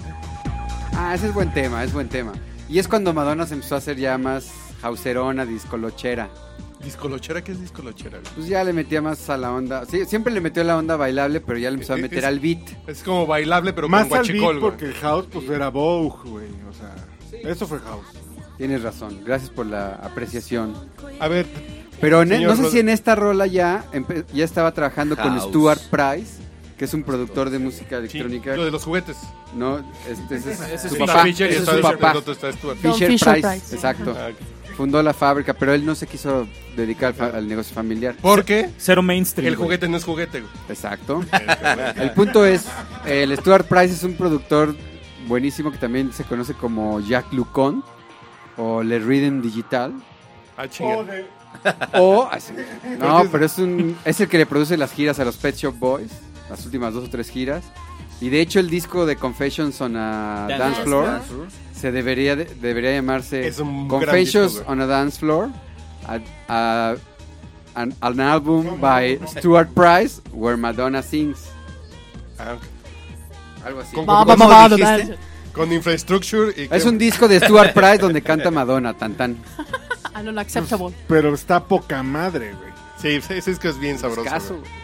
Ah, ese es buen tema, es buen tema. Y es cuando Madonna se empezó a hacer ya más hauserona, discolochera. ¿Discolochera? ¿Qué es discolochera? Güey? Pues ya le metía más a la onda. Sí, siempre le metió la onda bailable, pero ya le empezó a meter Es- al beat. Es como bailable, pero Más con al beat guachicol, güey. porque el house pues era Vogue, güey. O sea, eso fue house. Tienes razón, gracias por la apreciación. A ver, Pero ne- Señor no sé Rod- si en esta rola ya empe- ya estaba trabajando con House. Stuart Price, que es un productor de música sí, electrónica. lo de los juguetes. No, este, ese es Ese su es papá. Fisher y ese es está su papá. el otro está Stuart. Don Fisher, Fisher Price, Price. exacto. Ah, ok. Fundó la fábrica, pero él no se quiso dedicar al, fa- al negocio familiar. ¿Por qué? Cero mainstream. El güey. juguete no es juguete, güey. Exacto. El punto es, el Stuart Price es un productor buenísimo que también se conoce como Jack Lucon o Le Rhythm Digital. Ah, chinga. O así- no, pero es un es el que le produce las giras a los Pet Shop Boys, las últimas dos o tres giras. Y de hecho el disco de Confessions on a Dance Dance Floor se debería de- debería llamarse Es un gran Confessions disco, güey. on a Dance Floor, a- a- an, an album by Stuart Price where Madonna sings. Ah, ok. Algo así. Con, Va, con- va, con- va, dijiste? va. con Infrastructure y Es que- un disco de Stuart Price donde canta Madonna, tan tan. Ah, no, unacceptable. Pero está poca madre, güey. Sí, sí, sí, es que es bien sabroso. Caso. güey.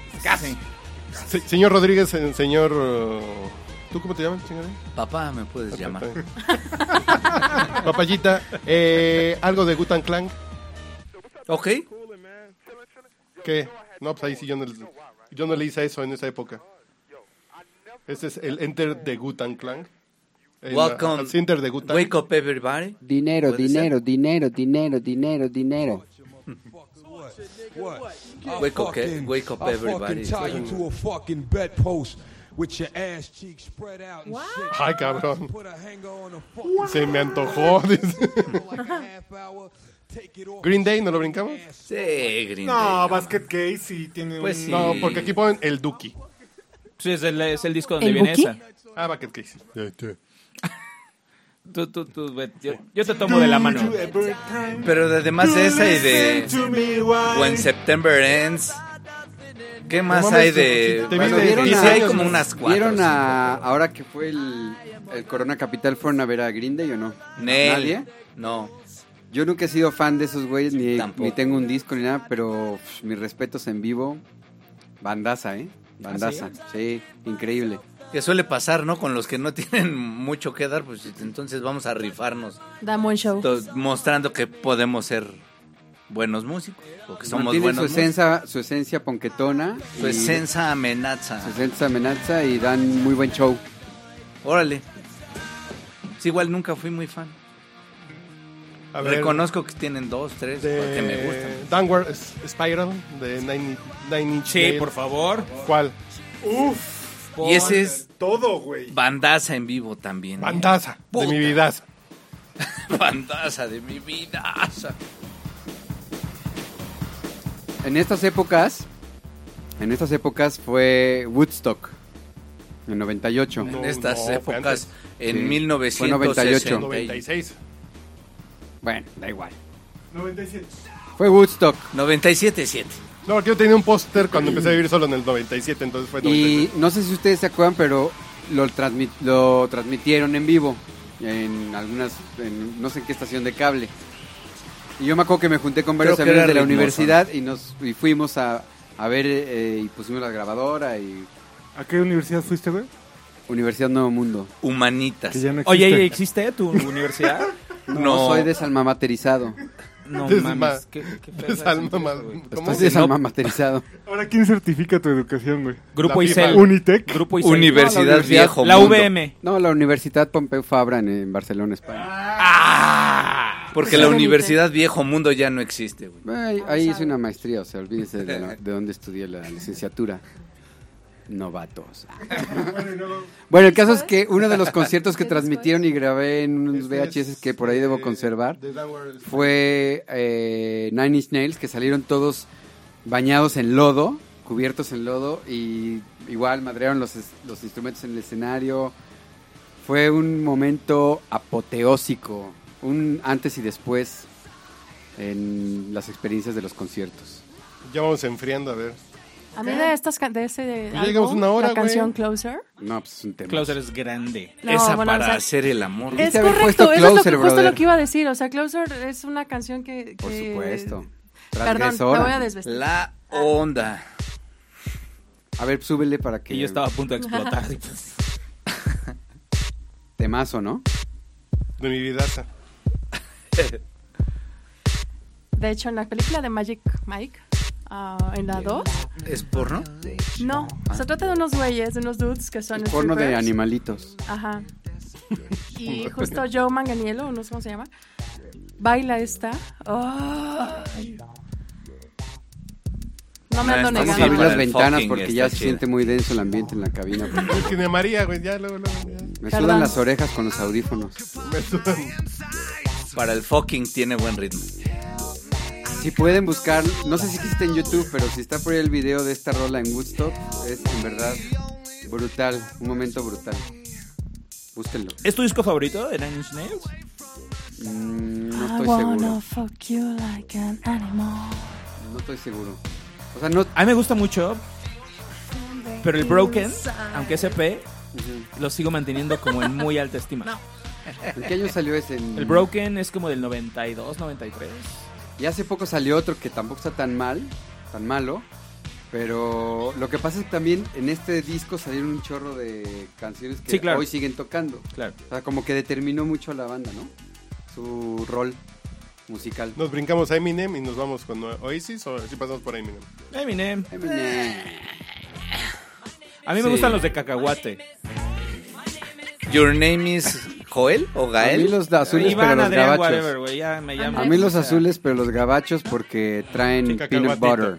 Se- señor Rodríguez, eh, señor... uh, ¿Tú cómo te llamas, chingada? Papá, me puedes llamar. Papayita, eh, algo de Wu-Tang Clan. Ok. ¿Qué? No, pues ahí sí yo no, yo no le hice eso en esa época. Este es el Enter de Wu-Tang Clan. En, Welcome. al Enter de Wu-Tang. Wake up everybody. Dinero, ¿Puede dinero, dinero, dinero, dinero, dinero. Wake up, okay. Wake up everybody. tie you to a fucking bedpost with your ass cheeks spread out and shit. Ay, cabrón. Put a hanger on a fucking Se me antojó. dice. like a half hour. Take it off. Green Day, ¿no lo brincamos? Sí, Green No, Day. Basket Case sí tiene Pues un... sí. No, porque aquí ponen el Duki. Sí, es el, es el disco donde ¿El viene Buki? esa. Ah, Bucket Case. Tú, tú, tú, güey, yo, yo te tomo de la mano. Pero además de esa y de When September Ends, ¿qué más No mames, hay de...? te- te Bueno, vi de y diez sí hay años, como ¿no? unas cuatro. ¿Vieron sí. a, ahora que fue el, el Corona Capital, fueron a ver a Green Day o no? Nel. ¿Nadie? No. Yo nunca he sido fan de esos güeyes, ni, Tampoco. ni tengo un disco ni nada, pero pff, mis respetos en vivo. Bandaza, ¿eh? Bandaza, sí, increíble. Que suele pasar, ¿no? Con los que no tienen mucho que dar, pues entonces vamos a rifarnos. Da buen show. To- mostrando que podemos ser buenos músicos. O que somos Mantienen buenos su músicos. esencia, su esencia ponquetona. Su y- esencia amenaza. Su esencia amenaza y dan muy buen show. Órale. Sí, igual nunca fui muy fan. A ver, Reconozco que tienen dos, tres, porque me gustan. de Downward S- Spiral de Nine, Nine Inch Sí, Nails. por favor. ¿Cuál? Y ese es Todo, güey. bandaza en vivo también. ¿eh? Bandaza, de Puta. mi vidaza. Bandaza de mi vida. En estas épocas, en estas épocas fue Woodstock, en noventa y ocho. No, En estas no, fue épocas, antes. en Sí. mil novecientos Fue noventa y ocho. noventa y seis. Bueno, da igual. noventa y siete. Fue Woodstock. noventa y siete siete. No, yo tenía un póster cuando empecé a vivir solo en el noventa y siete, entonces fue noventa y Y seis. no sé si ustedes se acuerdan, pero lo, transmit- lo transmitieron en vivo en algunas, en no sé en qué estación de cable. Y yo me acuerdo que me junté con varios Creo que amigos era de la Ritmosa. universidad y nos y fuimos a, a ver eh, y pusimos la grabadora y ¿A qué universidad fuiste, güey? Universidad Nuevo Mundo. Humanitas. Que ya no existe. Oye, ¿y ¿existe tu universidad? No, No. soy desalmamaterizado. No Desma- mames, qué, qué feo es Desalma- sentir eso, güey. ¿Cómo? Estoy desalmamaterizado. Ahora, ¿quién certifica tu educación, güey? Grupo La Isel. FIFA. Unitec. Grupo Isel. Universidad, No, la universidad- Viejo La Mundo. V M. No, la Universidad Pompeu Fabra en, en Barcelona, España. Porque la Universidad Viejo Mundo ya no existe, güey. Ahí, ahí hice una maestría, o sea, olvídense de, la- de dónde estudié la licenciatura. Novatos. Bueno, el caso es que uno de los conciertos que transmitieron y grabé en unos V H S que por ahí debo conservar fue eh, Nine Inch Nails, que salieron todos bañados en lodo, cubiertos en lodo, y igual madrearon los, es- los instrumentos en el escenario. Fue un momento apoteósico, un antes y después en las experiencias de los conciertos. Ya vamos enfriando, a ver. A mí de estas can- de ese de Ya llegamos álbum, una hora, la canción güey. Closer. No, pues es un tema. Closer es grande. No, Esa bueno, para o sea, hacer el amor. Es Debiste haber correcto, puesto eso es lo Closer, que, justo brother. lo que iba a decir. O sea, Closer es una canción que... Por que- supuesto. Perdón, me Transgresora. voy a desvestir. La onda. A ver, súbele para que... Y yo estaba a punto de explotar. así, pues. Temazo, ¿no? De mi vidaza. De hecho, en la película de Magic Mike, ah, en la dos, ¿Es porno? no, se trata de unos güeyes, de unos dudes que son Porno de strippers. animalitos. Ajá. Y justo Joe Manganiello, no sé cómo se llama, baila esta. Ay. No me ando No, está Vamos Sí, a negando. abrir para las el ventanas fucking porque está ya se chida. siente muy denso el ambiente en la cabina. Es que de María, güey, ya luego, luego, ya. Me Perdón. sudan las orejas con los audífonos. Me sudan. Para el fucking tiene buen ritmo. Si pueden buscar, no sé si existe en YouTube, pero si está por ahí el video de esta rola en Woodstock, es en verdad brutal, un momento brutal. Búsquenlo. ¿Es tu disco favorito de Nine Inch Nails? Mm, no I estoy wanna seguro. fuck you like an animal. No estoy seguro. O sea, no... A mí me gusta mucho, pero el Broken, aunque es E P, lo sigo manteniendo como en muy alta estima. ¿En qué año salió ese? En- El Broken es como del noventa y dos, noventa y tres. Y hace poco salió otro que tampoco está tan mal, tan malo, pero lo que pasa es que también en este disco salieron un chorro de canciones que Sí, claro. hoy siguen tocando. Claro. O sea, como que determinó mucho a la banda, ¿no? Su rol musical. Nos brincamos a Eminem y nos vamos con Oasis o si pasamos por Eminem. Eminem. Eminem. A mí me Sí. gustan los de cacahuate. Your name is Joel o A mí Gael. los de azules, Iván, pero los Adrián, gabachos. whatever, güey, ya me llaman. A mí los O sea, azules, pero los gabachos porque traen Sí, peanut cacahuatito. butter.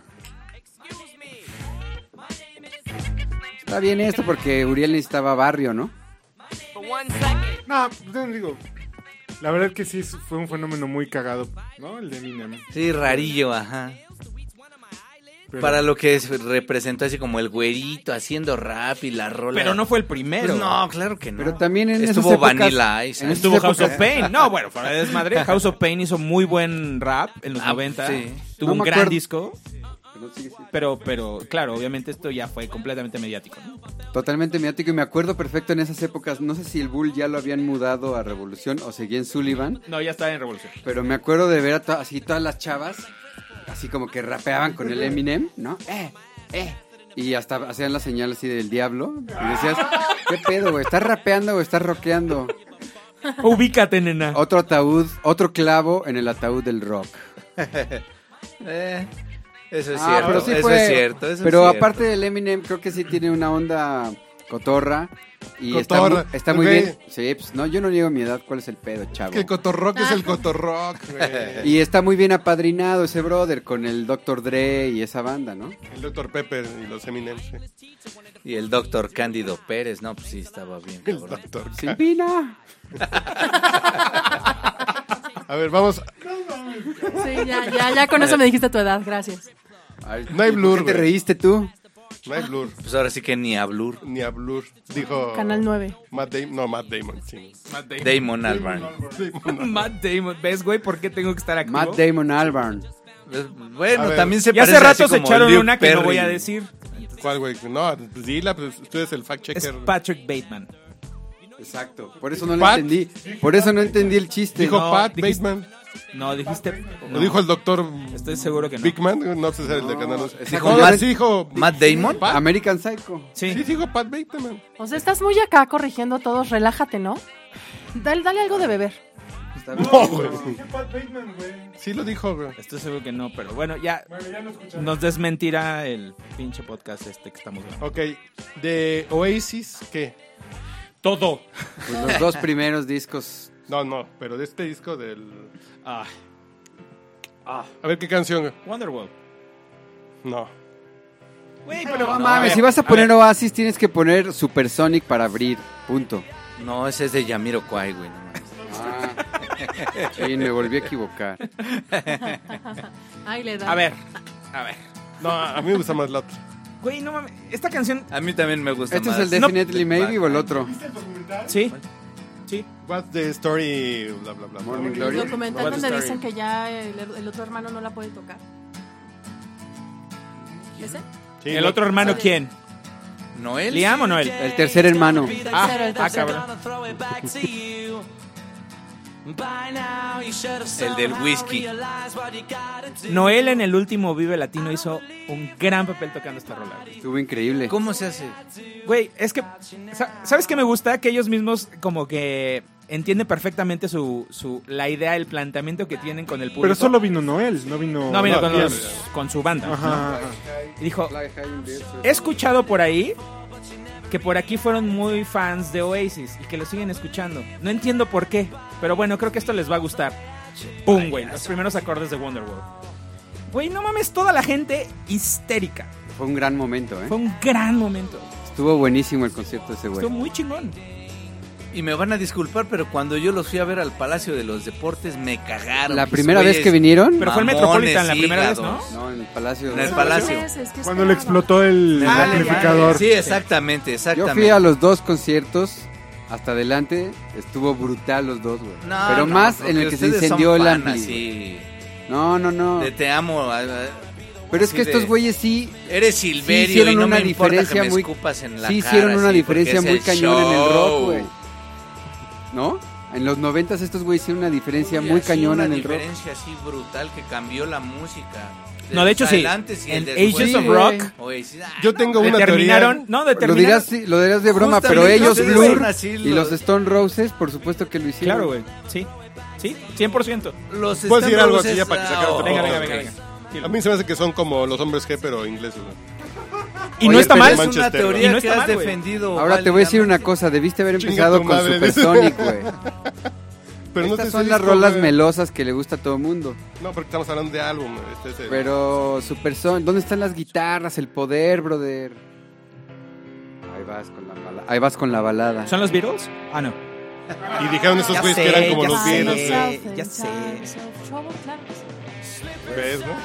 Está bien esto porque Uriel necesitaba barrio, ¿no? No, pues, te digo. La verdad que sí fue un fenómeno muy cagado, ¿no? El de Eminem. Sí, rarillo, ajá. Pero- Para lo que es- representó así como el güerito haciendo rap y la rola. Pero no fue el primero. Pues no, claro que no. Pero también en Estuvo esas épocas- Vanilla Ice. en Estuvo esas House of épocas- Pain. No, bueno, fuera de desmadre. House of Pain hizo muy buen rap en los Ah, noventa. sí. Tuvo No un me gran acuerdo. disco. Pero sigue siendo Pero, pero, claro, obviamente esto ya fue completamente mediático, ¿no? Totalmente mediático y me acuerdo perfecto en esas épocas, no sé si el Bull ya lo habían mudado a Revolución o seguía en Sullivan, No, ya está en Revolución. pero me acuerdo de ver a to- así todas las chavas, así como que rapeaban con el Eminem, ¿no? Eh, eh. Y hasta hacían la señal así del diablo. Y decías, ¿qué pedo, güey? ¿Estás rapeando o estás rockeando? Ubícate, nena. Otro ataúd, otro clavo en el ataúd del rock. Eh, eso es Ah, cierto. pero sí eso fue- es cierto. Eso es Pero cierto. aparte del Eminem, creo que sí tiene una onda cotorra. Y Cotorra. está, mu- está muy Ok. bien. Sí, pues no, yo no niego mi edad. ¿Cuál es el pedo, chavo? Que el cotorrock es el cotorrock, güey. Y está muy bien apadrinado ese brother con el doctor Dre y esa banda, ¿no? El doctor Pepper y los Eminem, sí. Y el doctor Cándido Pérez, no, pues sí, estaba bien. El cabrón. doctor. Sin pina. A ver, vamos. Sí, ya, ya, ya con eso me dijiste tu edad, gracias. Ay, No hay ¿por blur, qué te güey. reíste tú? No hay Blur, Pues ahora sí que ni a Blur. ni a Blur. Dijo. Canal nueve. Matt Damon. No, Matt Damon, sí. Damon Albarn. Matt Damon. ¿Ves, güey, por qué tengo que estar aquí? Matt Damon Albarn. Pues, Bueno, A ver. también se Y hace parece rato así se como echaron Luke una que no voy a Perry. decir. ¿Cuál, güey? No, pues dila, pues tú eres el fact Es checker. Patrick Bateman. Exacto. Por eso no lo Pat. entendí. Por eso no entendí el chiste. Dijo No, Pat dijiste- Bateman. No, dijiste... ¿O no. dijo el doctor Estoy seguro que no. Bigman? No sé si era el de Canal dos. Dijo No, Matt- sí dijo... Matt Damon. Pat. American Psycho. Sí. Sí, dijo Pat Bateman. O sea, estás muy acá corrigiendo a todos, relájate, ¿no? Dale, dale algo de beber. Está bien. No, güey. Pat Bateman, güey. Sí lo dijo, güey. Estoy seguro que no, pero bueno, ya Bueno, ya lo escuchamos. nos desmentirá el pinche podcast este que estamos grabando. Ok, de Oasis, ¿qué? Todo. Pues los dos primeros discos. No, no, pero de este disco del... Ah, A ver, ¿qué canción? güey? Wonderwall. No. Güey, pero No mames, si vas a poner Oasis tienes que poner Supersonic para abrir. Punto. No, ese es de Jamiroquai, güey. No mames. Ah. Sí, me volví a equivocar. Ay, le da. A ver, a ver. No, a mí me gusta más la otra. Güey, no mames, esta canción... A mí también me gusta ¿Este más. es el Definitely Maybe o el otro? Sí, sí. What's the story? Bla, bla, bla. Morning El Glory. documental What's the donde story? dicen que ya el, el otro hermano no la puede tocar. ¿Ese? Sí, ¿El no. otro hermano quién? ¿Noel? ¿Liam o Noel? El tercer hermano. El tercero, Ah, el ah, tercero. cabrón. El del whisky. Noel en el último Vive Latino hizo un gran papel tocando esta rola. güey. Estuvo increíble. ¿Cómo se hace? Güey, es que... sa- ¿Sabes qué me gusta? Que ellos mismos como que entienden perfectamente su, su la idea, el planteamiento que tienen con el público. Pero solo vino Noel, no vino... No, vino No, con, bien. los- con su banda. Ajá, ¿no? ajá. Y dijo, he escuchado por ahí que por aquí fueron muy fans de Oasis y que lo siguen escuchando. No entiendo por qué, pero bueno, creo que esto les va a gustar. Pum, güey, los primeros acordes de Wonderwall. Güey, no mames, toda la gente histérica. Fue un gran momento, ¿eh? Fue un gran momento. Estuvo buenísimo el concierto de ese Estuvo güey. muy chingón. Y me van a disculpar, pero cuando yo los fui a ver al Palacio de los Deportes, me cagaron. ¿La Mis primera vez güeyes. que vinieron? Pero fue el Mamones, Metropolitan la primera vez, ¿no? hígados. No, en el Palacio. En el de- Palacio. Es, es que Cuando le esperaba. explotó el Ah, amplificador. Sí, exactamente, Yo exactamente. fui a los dos conciertos hasta adelante. Estuvo brutal los dos, güey. No, Pero no, más porque en el que se ustedes son incendió el fan ampli. así, No, no, no. de te amo. a- a- Pero es así que estos de- güeyes sí, Eres sí Silverio hicieron y no una me importa diferencia que me muy, escupas en la sí cara, hicieron una así, diferencia porque muy es el cañón en el rock, show. güey. ¿No? En los noventas estos güeyes hicieron una diferencia Uy, muy así cañona una en el rock. diferencia así brutal que cambió la música. No, de hecho sí. Adelante, sí, En el Ages después. of Sí, Rock Oye, sí, ah, Yo no, tengo una determinaron, teoría. no, Lo determinaron. dirás, sí, lo dirás de broma, pero Justamente ellos, ustedes Blur son así y los- los Stone Roses, por supuesto que lo hicieron. Claro, güey. Sí. Sí, cien por ciento. Los ¿Puedo decir Stone algo Roses, así ya para que se acabe ah, este Venga, oh, venga, ok. venga, venga. Sí, A mí se me hace que son como los hombres G, pero ingleses. güey. Y Oye, no está pero mal. Es una Manchester, teoría y no que está has mal, güey. defendido. Ahora te voy a decir una válidamente. cosa, debiste haber Chinga empezado tu con madre, dice. Supersonic, güey. Pero no Estas te son sé las disco, rolas güey. melosas que le gusta a todo el mundo. No, porque estamos hablando de álbum. Este es el- Pero Supersonic, ¿dónde están las guitarras, el poder, brother? Ahí vas con la balada. Ahí vas con la balada. ¿Son los Beatles? Ah, no. Y dijeron esos Ya güeyes sé, que eran como ya los sé. Beatles. güey. ya sé. Self-trouble, claro que sí. ¿Ves, no?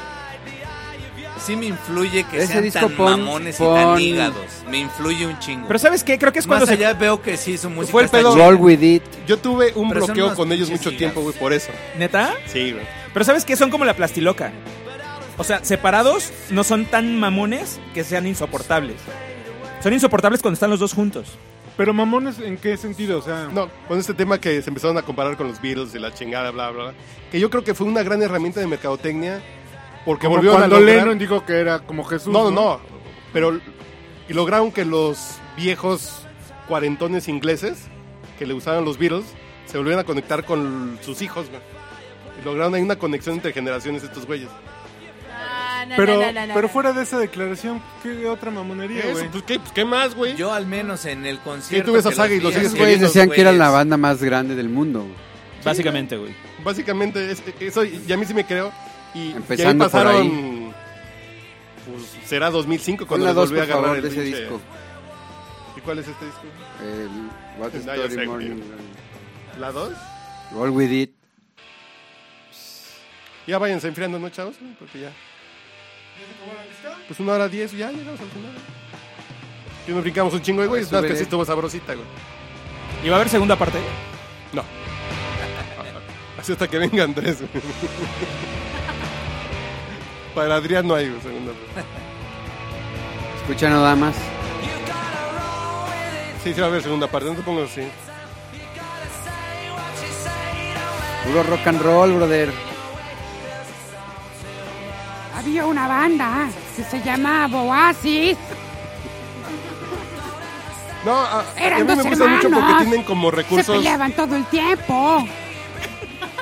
Sí me influye que Ese sean disco tan pon- mamones y pon- tan hígados. Me influye un chingo. Pero ¿sabes qué? Creo que es cuando Más se... allá veo que sí, su música Fue el está pedo- chida. Roll with it. Yo tuve un Pero son bloqueo unos con ellos pinches mucho tiempo, güey, por eso. ¿Neta? Sí, güey. Pero ¿sabes qué? Son como la plastiloca. O sea, separados no son tan mamones que sean insoportables. Son insoportables cuando están los dos juntos. Pero mamones, ¿en qué sentido? O sea, No, con este tema que se empezaron a comparar con los Beatles y la chingada, bla, bla, bla. Que yo creo que fue una gran herramienta de mercadotecnia. Porque como volvieron cuando a lograr... Lennon dijo que era como Jesús. No, no, no. Pero y lograron que los viejos cuarentones ingleses que le usaban los Beatles se volvieran a conectar con sus hijos, güey. Y lograron ahí una conexión entre generaciones estos güeyes. Ah, no, Pero, no, no, no, pero no. fuera de esa declaración, ¿qué otra mamonería, Eso, güey? pues, ¿qué, pues, ¿qué más, güey? Yo al menos en el concierto. tú ves a que Saga y vi, lo sigues así, Güeyes esos decían que eran la güeyes. banda más grande del mundo. güey. Básicamente, güey. Básicamente, es- eso y a mí sí me creo. Y, y Empezando ahí por pasaron, ahí. pues será dos mil cinco cuando Pon la les dos, volví a por agarrar favor, de el ese pinche- disco. ¿Y cuál es este disco? El What No, ya Story sé, Morning. güey. ¿La dos? Roll with it. Ya váyanse enfriando, ¿no, chavos? Porque ya. Pues una hora diez, ya llegamos al final. Y nos brincamos un chingo de güey. Eso No, es que veré. sí estuvo sabrosita, güey. ¿Y va a haber segunda parte? No. Así hasta que venga Andrés, güey. Para Adrián no hay, güey, segunda. Escucha nada más. Sí, sí va a haber segunda parte, no te pongas así. Puro rock and roll, brother. Había una banda que se llamaba Oasis. No, a, a Eran mí me dos gusta mucho porque hermanos. tienen como Se recursos. peleaban todo el tiempo.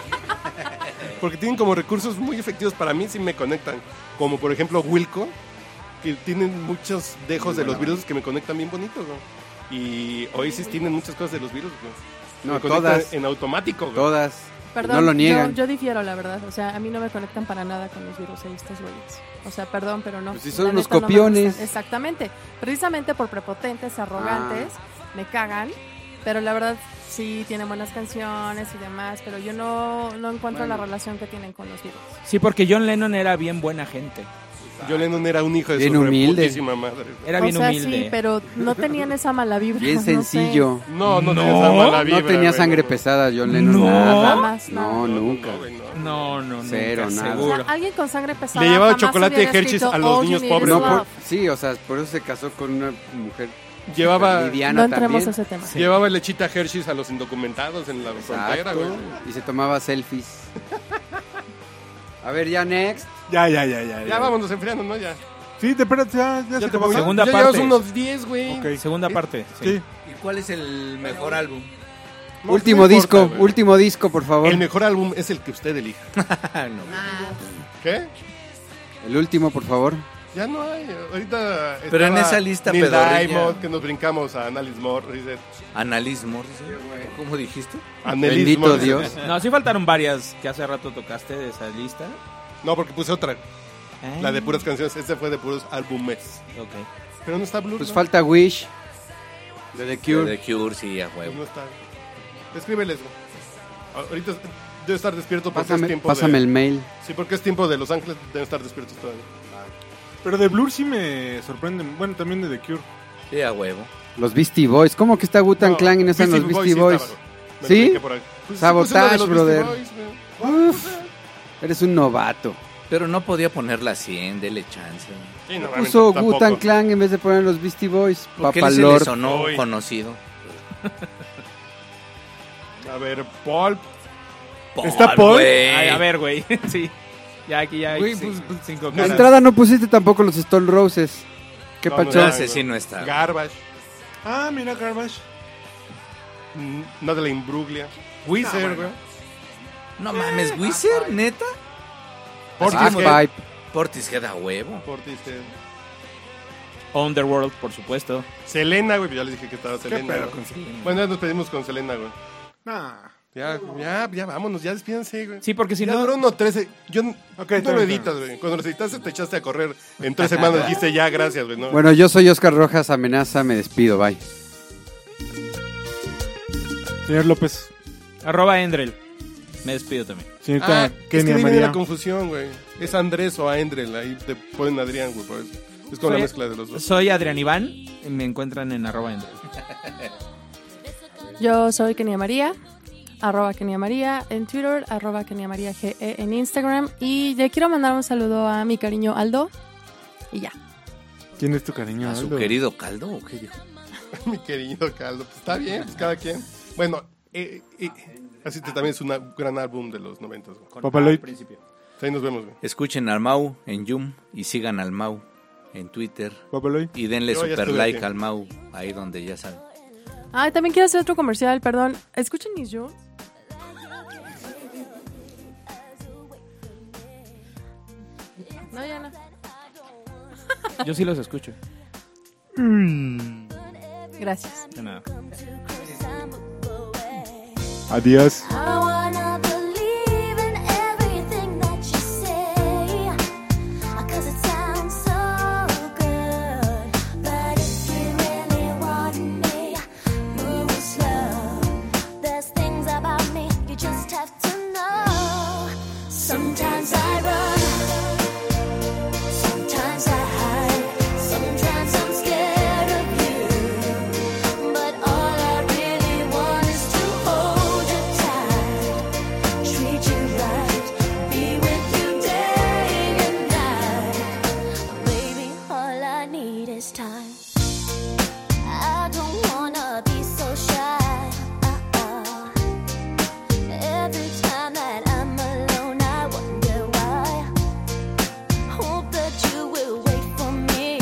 porque tienen como recursos muy efectivos. Para mí sí me conectan. Como por ejemplo Wilco, que tienen muchos dejos de los virus que me conectan bien bonitos, ¿no? Y Oasis tienen muchas cosas de los virus, ¿no? No, Me conectan todas. en automático, güey. Todas. Perdón, no lo niegan. Yo, yo difiero, la verdad. O sea, a mí no me conectan para nada con los virus ahí, estos güeyes. O sea, perdón, pero no. Pues si son La unos neta no me copiones. gustan. Exactamente. Precisamente por prepotentes, arrogantes, Ah. me cagan. Pero la verdad, sí, tienen buenas canciones y demás. Pero yo no, no encuentro Bueno. la relación que tienen con los virus. Sí, porque John Lennon era bien buena gente. John Lennon era un hijo de Bien su humilde. reputísima madre. Era O bien sea, humilde. sí, pero no tenían esa mala vibra. Bien no sé. sencillo. No, no, No, tenía esa mala No vibra, tenía güey, sangre no, pesada, John Lennon. No. Nada. Jamás, No, no, nunca. no, güey, no. No, no, Cero, nunca, nada. O seguro. sea, alguien con sangre pesada. Le llevaba jamás chocolate hubiera Hershey's escrito a los All You niños Need pobres, Is No, güey. por- Love. sí, o sea, por eso se casó con una mujer Llevaba, liviana No entremos también. a ese tema. llevaba lechita Hershey's a los indocumentados en la frontera, Exacto. güey. Y se tomaba selfies. A ver, ya next. Ya, ya, ya, ya. Ya vámonos enfriando, ¿no? Ya. Sí, te espérate, ya, ya, se Ya te acabó. pongo- Segunda ya parte. llevas unos diez, güey. Ok. Segunda parte. Sí. Sí. ¿Y cuál es el mejor álbum? No, último no importa, disco, güey. último disco, por favor. El El, mejor álbum es el que usted elija. ¿Qué? último, por favor. Ya no hay. Ahorita. Pero en estaba esa lista Neil pedorrilla. Diamond, que nos brincamos a Annalise Morissette. Annalise Morrison. ¿Cómo dijiste? Annalise Bendito Morissette. Dios. No, sí faltaron varias que hace rato tocaste de esa lista. No, porque puse otra. Ah, La de puras canciones. Ese fue de puros álbumes. Ok. Pero no está Blur. Pues ¿no? falta Wish. De The Cure. The Cure, sí, a Pues huevo. no está. Escríbeles, güey. Ahorita debe estar despierto porque Pásame, es tiempo pásame de... el mail. Sí, porque es tiempo de Los Ángeles. Deben estar despiertos todavía. Pero de Blur sí me sorprende. Bueno, también de The Cure. Sí, a huevo. Los Beastie Boys. ¿Cómo que está Wu-Tang No, Clan y no están los Beastie Boys? estaba, güey. Me ¿Sí? lo brinqué por ahí. Pues sí, Sabotage, puse uno de los brother. Beastie Boys, güey. Uf, eres un novato. Pero no podía ponerla cien, dele chance. Sí, no, mames, Puso tampoco. Wu-Tang Clan en vez de poner los Beastie Boys. ¿Por qué Papa se le Lord. sonó Uy. conocido? A ver, Paul. ¿Está Paul? güey. Ay, a ver, güey. Sí. Ya aquí ya hay Güey, cinco, pues, cinco De caras. entrada no pusiste tampoco los Stone Roses. ¿Qué No, pacho? no, Ese sí no está. Garbage. Ah, mira, Garbage. mm, Natalie Imbruglia. Wizard, güey. No mames, Wizard, neta. Portishead. Bagpipe. Portishead a huevo. Portishead. Underworld, por supuesto. Selena, güey. Ya les dije que estaba Selena. pedo güey. con Selena? Bueno, ya nos pedimos con Selena, güey. Nah. Ya, ya, ya vámonos, ya despídense, güey. Sí, porque si ya no- duró uno trece. Yo n- Ok, tú está no lo bien, editas, güey. Cuando lo editaste te echaste a correr. En tres semanas dijiste ya, gracias, güey. ¿no? Bueno, yo soy Oscar Rojas, amenaza, me despido, bye. Señor López. Arroba Endrel. Me despido también. Señorita Ah, es que Kenia viene María. la confusión, güey. Es Andrés o Aendrel. Ahí te ponen Adrián, güey, por eso. Es como la Soy- mezcla de los dos. Soy Adrián Iván. Y me encuentran en arroba Endrel. Yo soy Kenia María, arroba Kenia María en Twitter, arroba Kenia María G E en Instagram. Y le quiero mandar un saludo a mi cariño Aldo. Y ya. ¿Quién es tu cariño? ¿A su Aldo? querido caldo o qué dijo? Mi querido Caldo. Pues está bien, pues cada quien. Bueno, eh, eh, así que también es un gran álbum de los noventas, güey. Papaloid. Ahí nos vemos, güey. Escuchen al Mau en Yum y sigan al Mau en Twitter. Papaloid. Y denle Yo ya super estuve like aquí. al Mau, ahí donde ya saben. Ay, también quiero hacer otro comercial, perdón. Escuchen mis yo. No, ya no. Yo sí los escucho. Gracias. De nada. Adiós. I wanna believe in everything that you say, 'cause it sounds so good. But if you really want me, move slow. There's things about me you just have to know. Sometimes I run, sometimes I hide, sometimes I'm scared of you. But all I really want is to hold you tight, treat you right, be with you day and night. Baby, all I need is time. I don't wanna be so shy. Uh-uh. Every time that I'm alone, I wonder why. Hope that you will wait for me.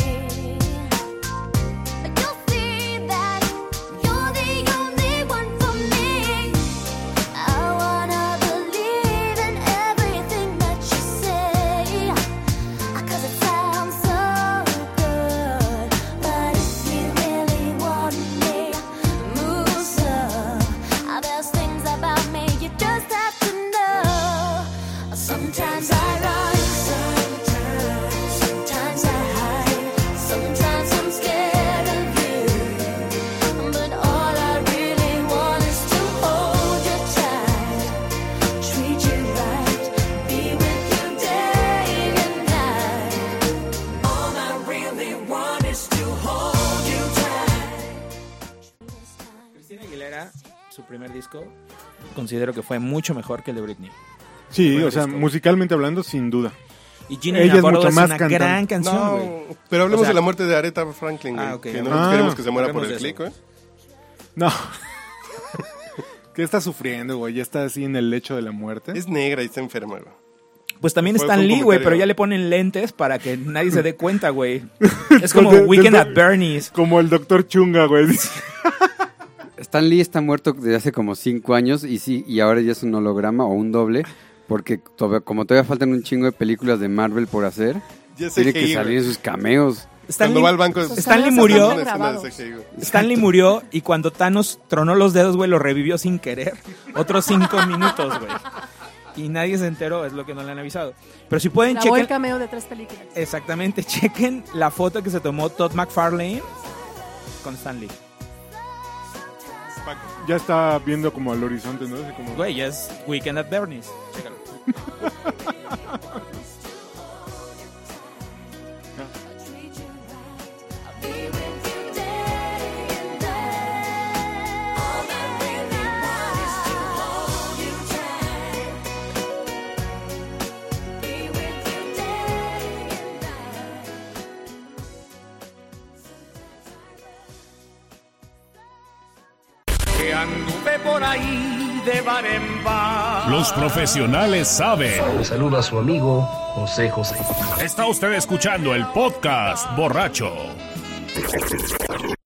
You'll see that you're the only one for me. I wanna believe in everything Gaga, su primer disco, considero que fue mucho mejor que el de Britney. Sí, Buen o sea, disco. musicalmente hablando, sin duda. Y Ginny Ella es Navarro mucho es más una cantante. gran canción, No, güey. pero hablemos O sea, de la muerte de Aretha Franklin, güey. Ah, ok. Que no Ah, queremos que se muera por hablemos el de click, eso. güey. No. ¿Qué está sufriendo, güey? Ya está así en el lecho de la muerte. Es negra y está enferma, güey. Pues también Fue- Stan fue un Lee, güey, comentario. pero ya le ponen lentes para que nadie se dé cuenta, güey. Es como De- de- Weekend de- at Bernie's. Como el doctor Chunga, güey. Stan Lee está muerto desde hace como cinco años y sí, y ahora ya es un holograma o un doble, porque to- como todavía faltan un chingo de películas de Marvel por hacer, Ya sé tiene que que ir, salir güey. en sus cameos. Cuando va al banco... Esos Stanley cameos murió. están Una escena de grabados. C G I, güey. Stanley murió y cuando Thanos tronó los dedos, güey, lo revivió sin querer. Otros cinco minutos, güey. Y nadie se enteró, es lo que no le han avisado. Pero si pueden, Grabó el chequen... cameo de tres películas. Exactamente, chequen la foto que se tomó Todd McFarlane con Stan Lee. Ya está viendo como al horizonte, ¿no? Así como... Güey, es Weekend at Bernie's. Chécalo. Que anduve por ahí de bar en bar. Los profesionales saben. Le saluda a su amigo José José. Está usted escuchando el podcast Borracho.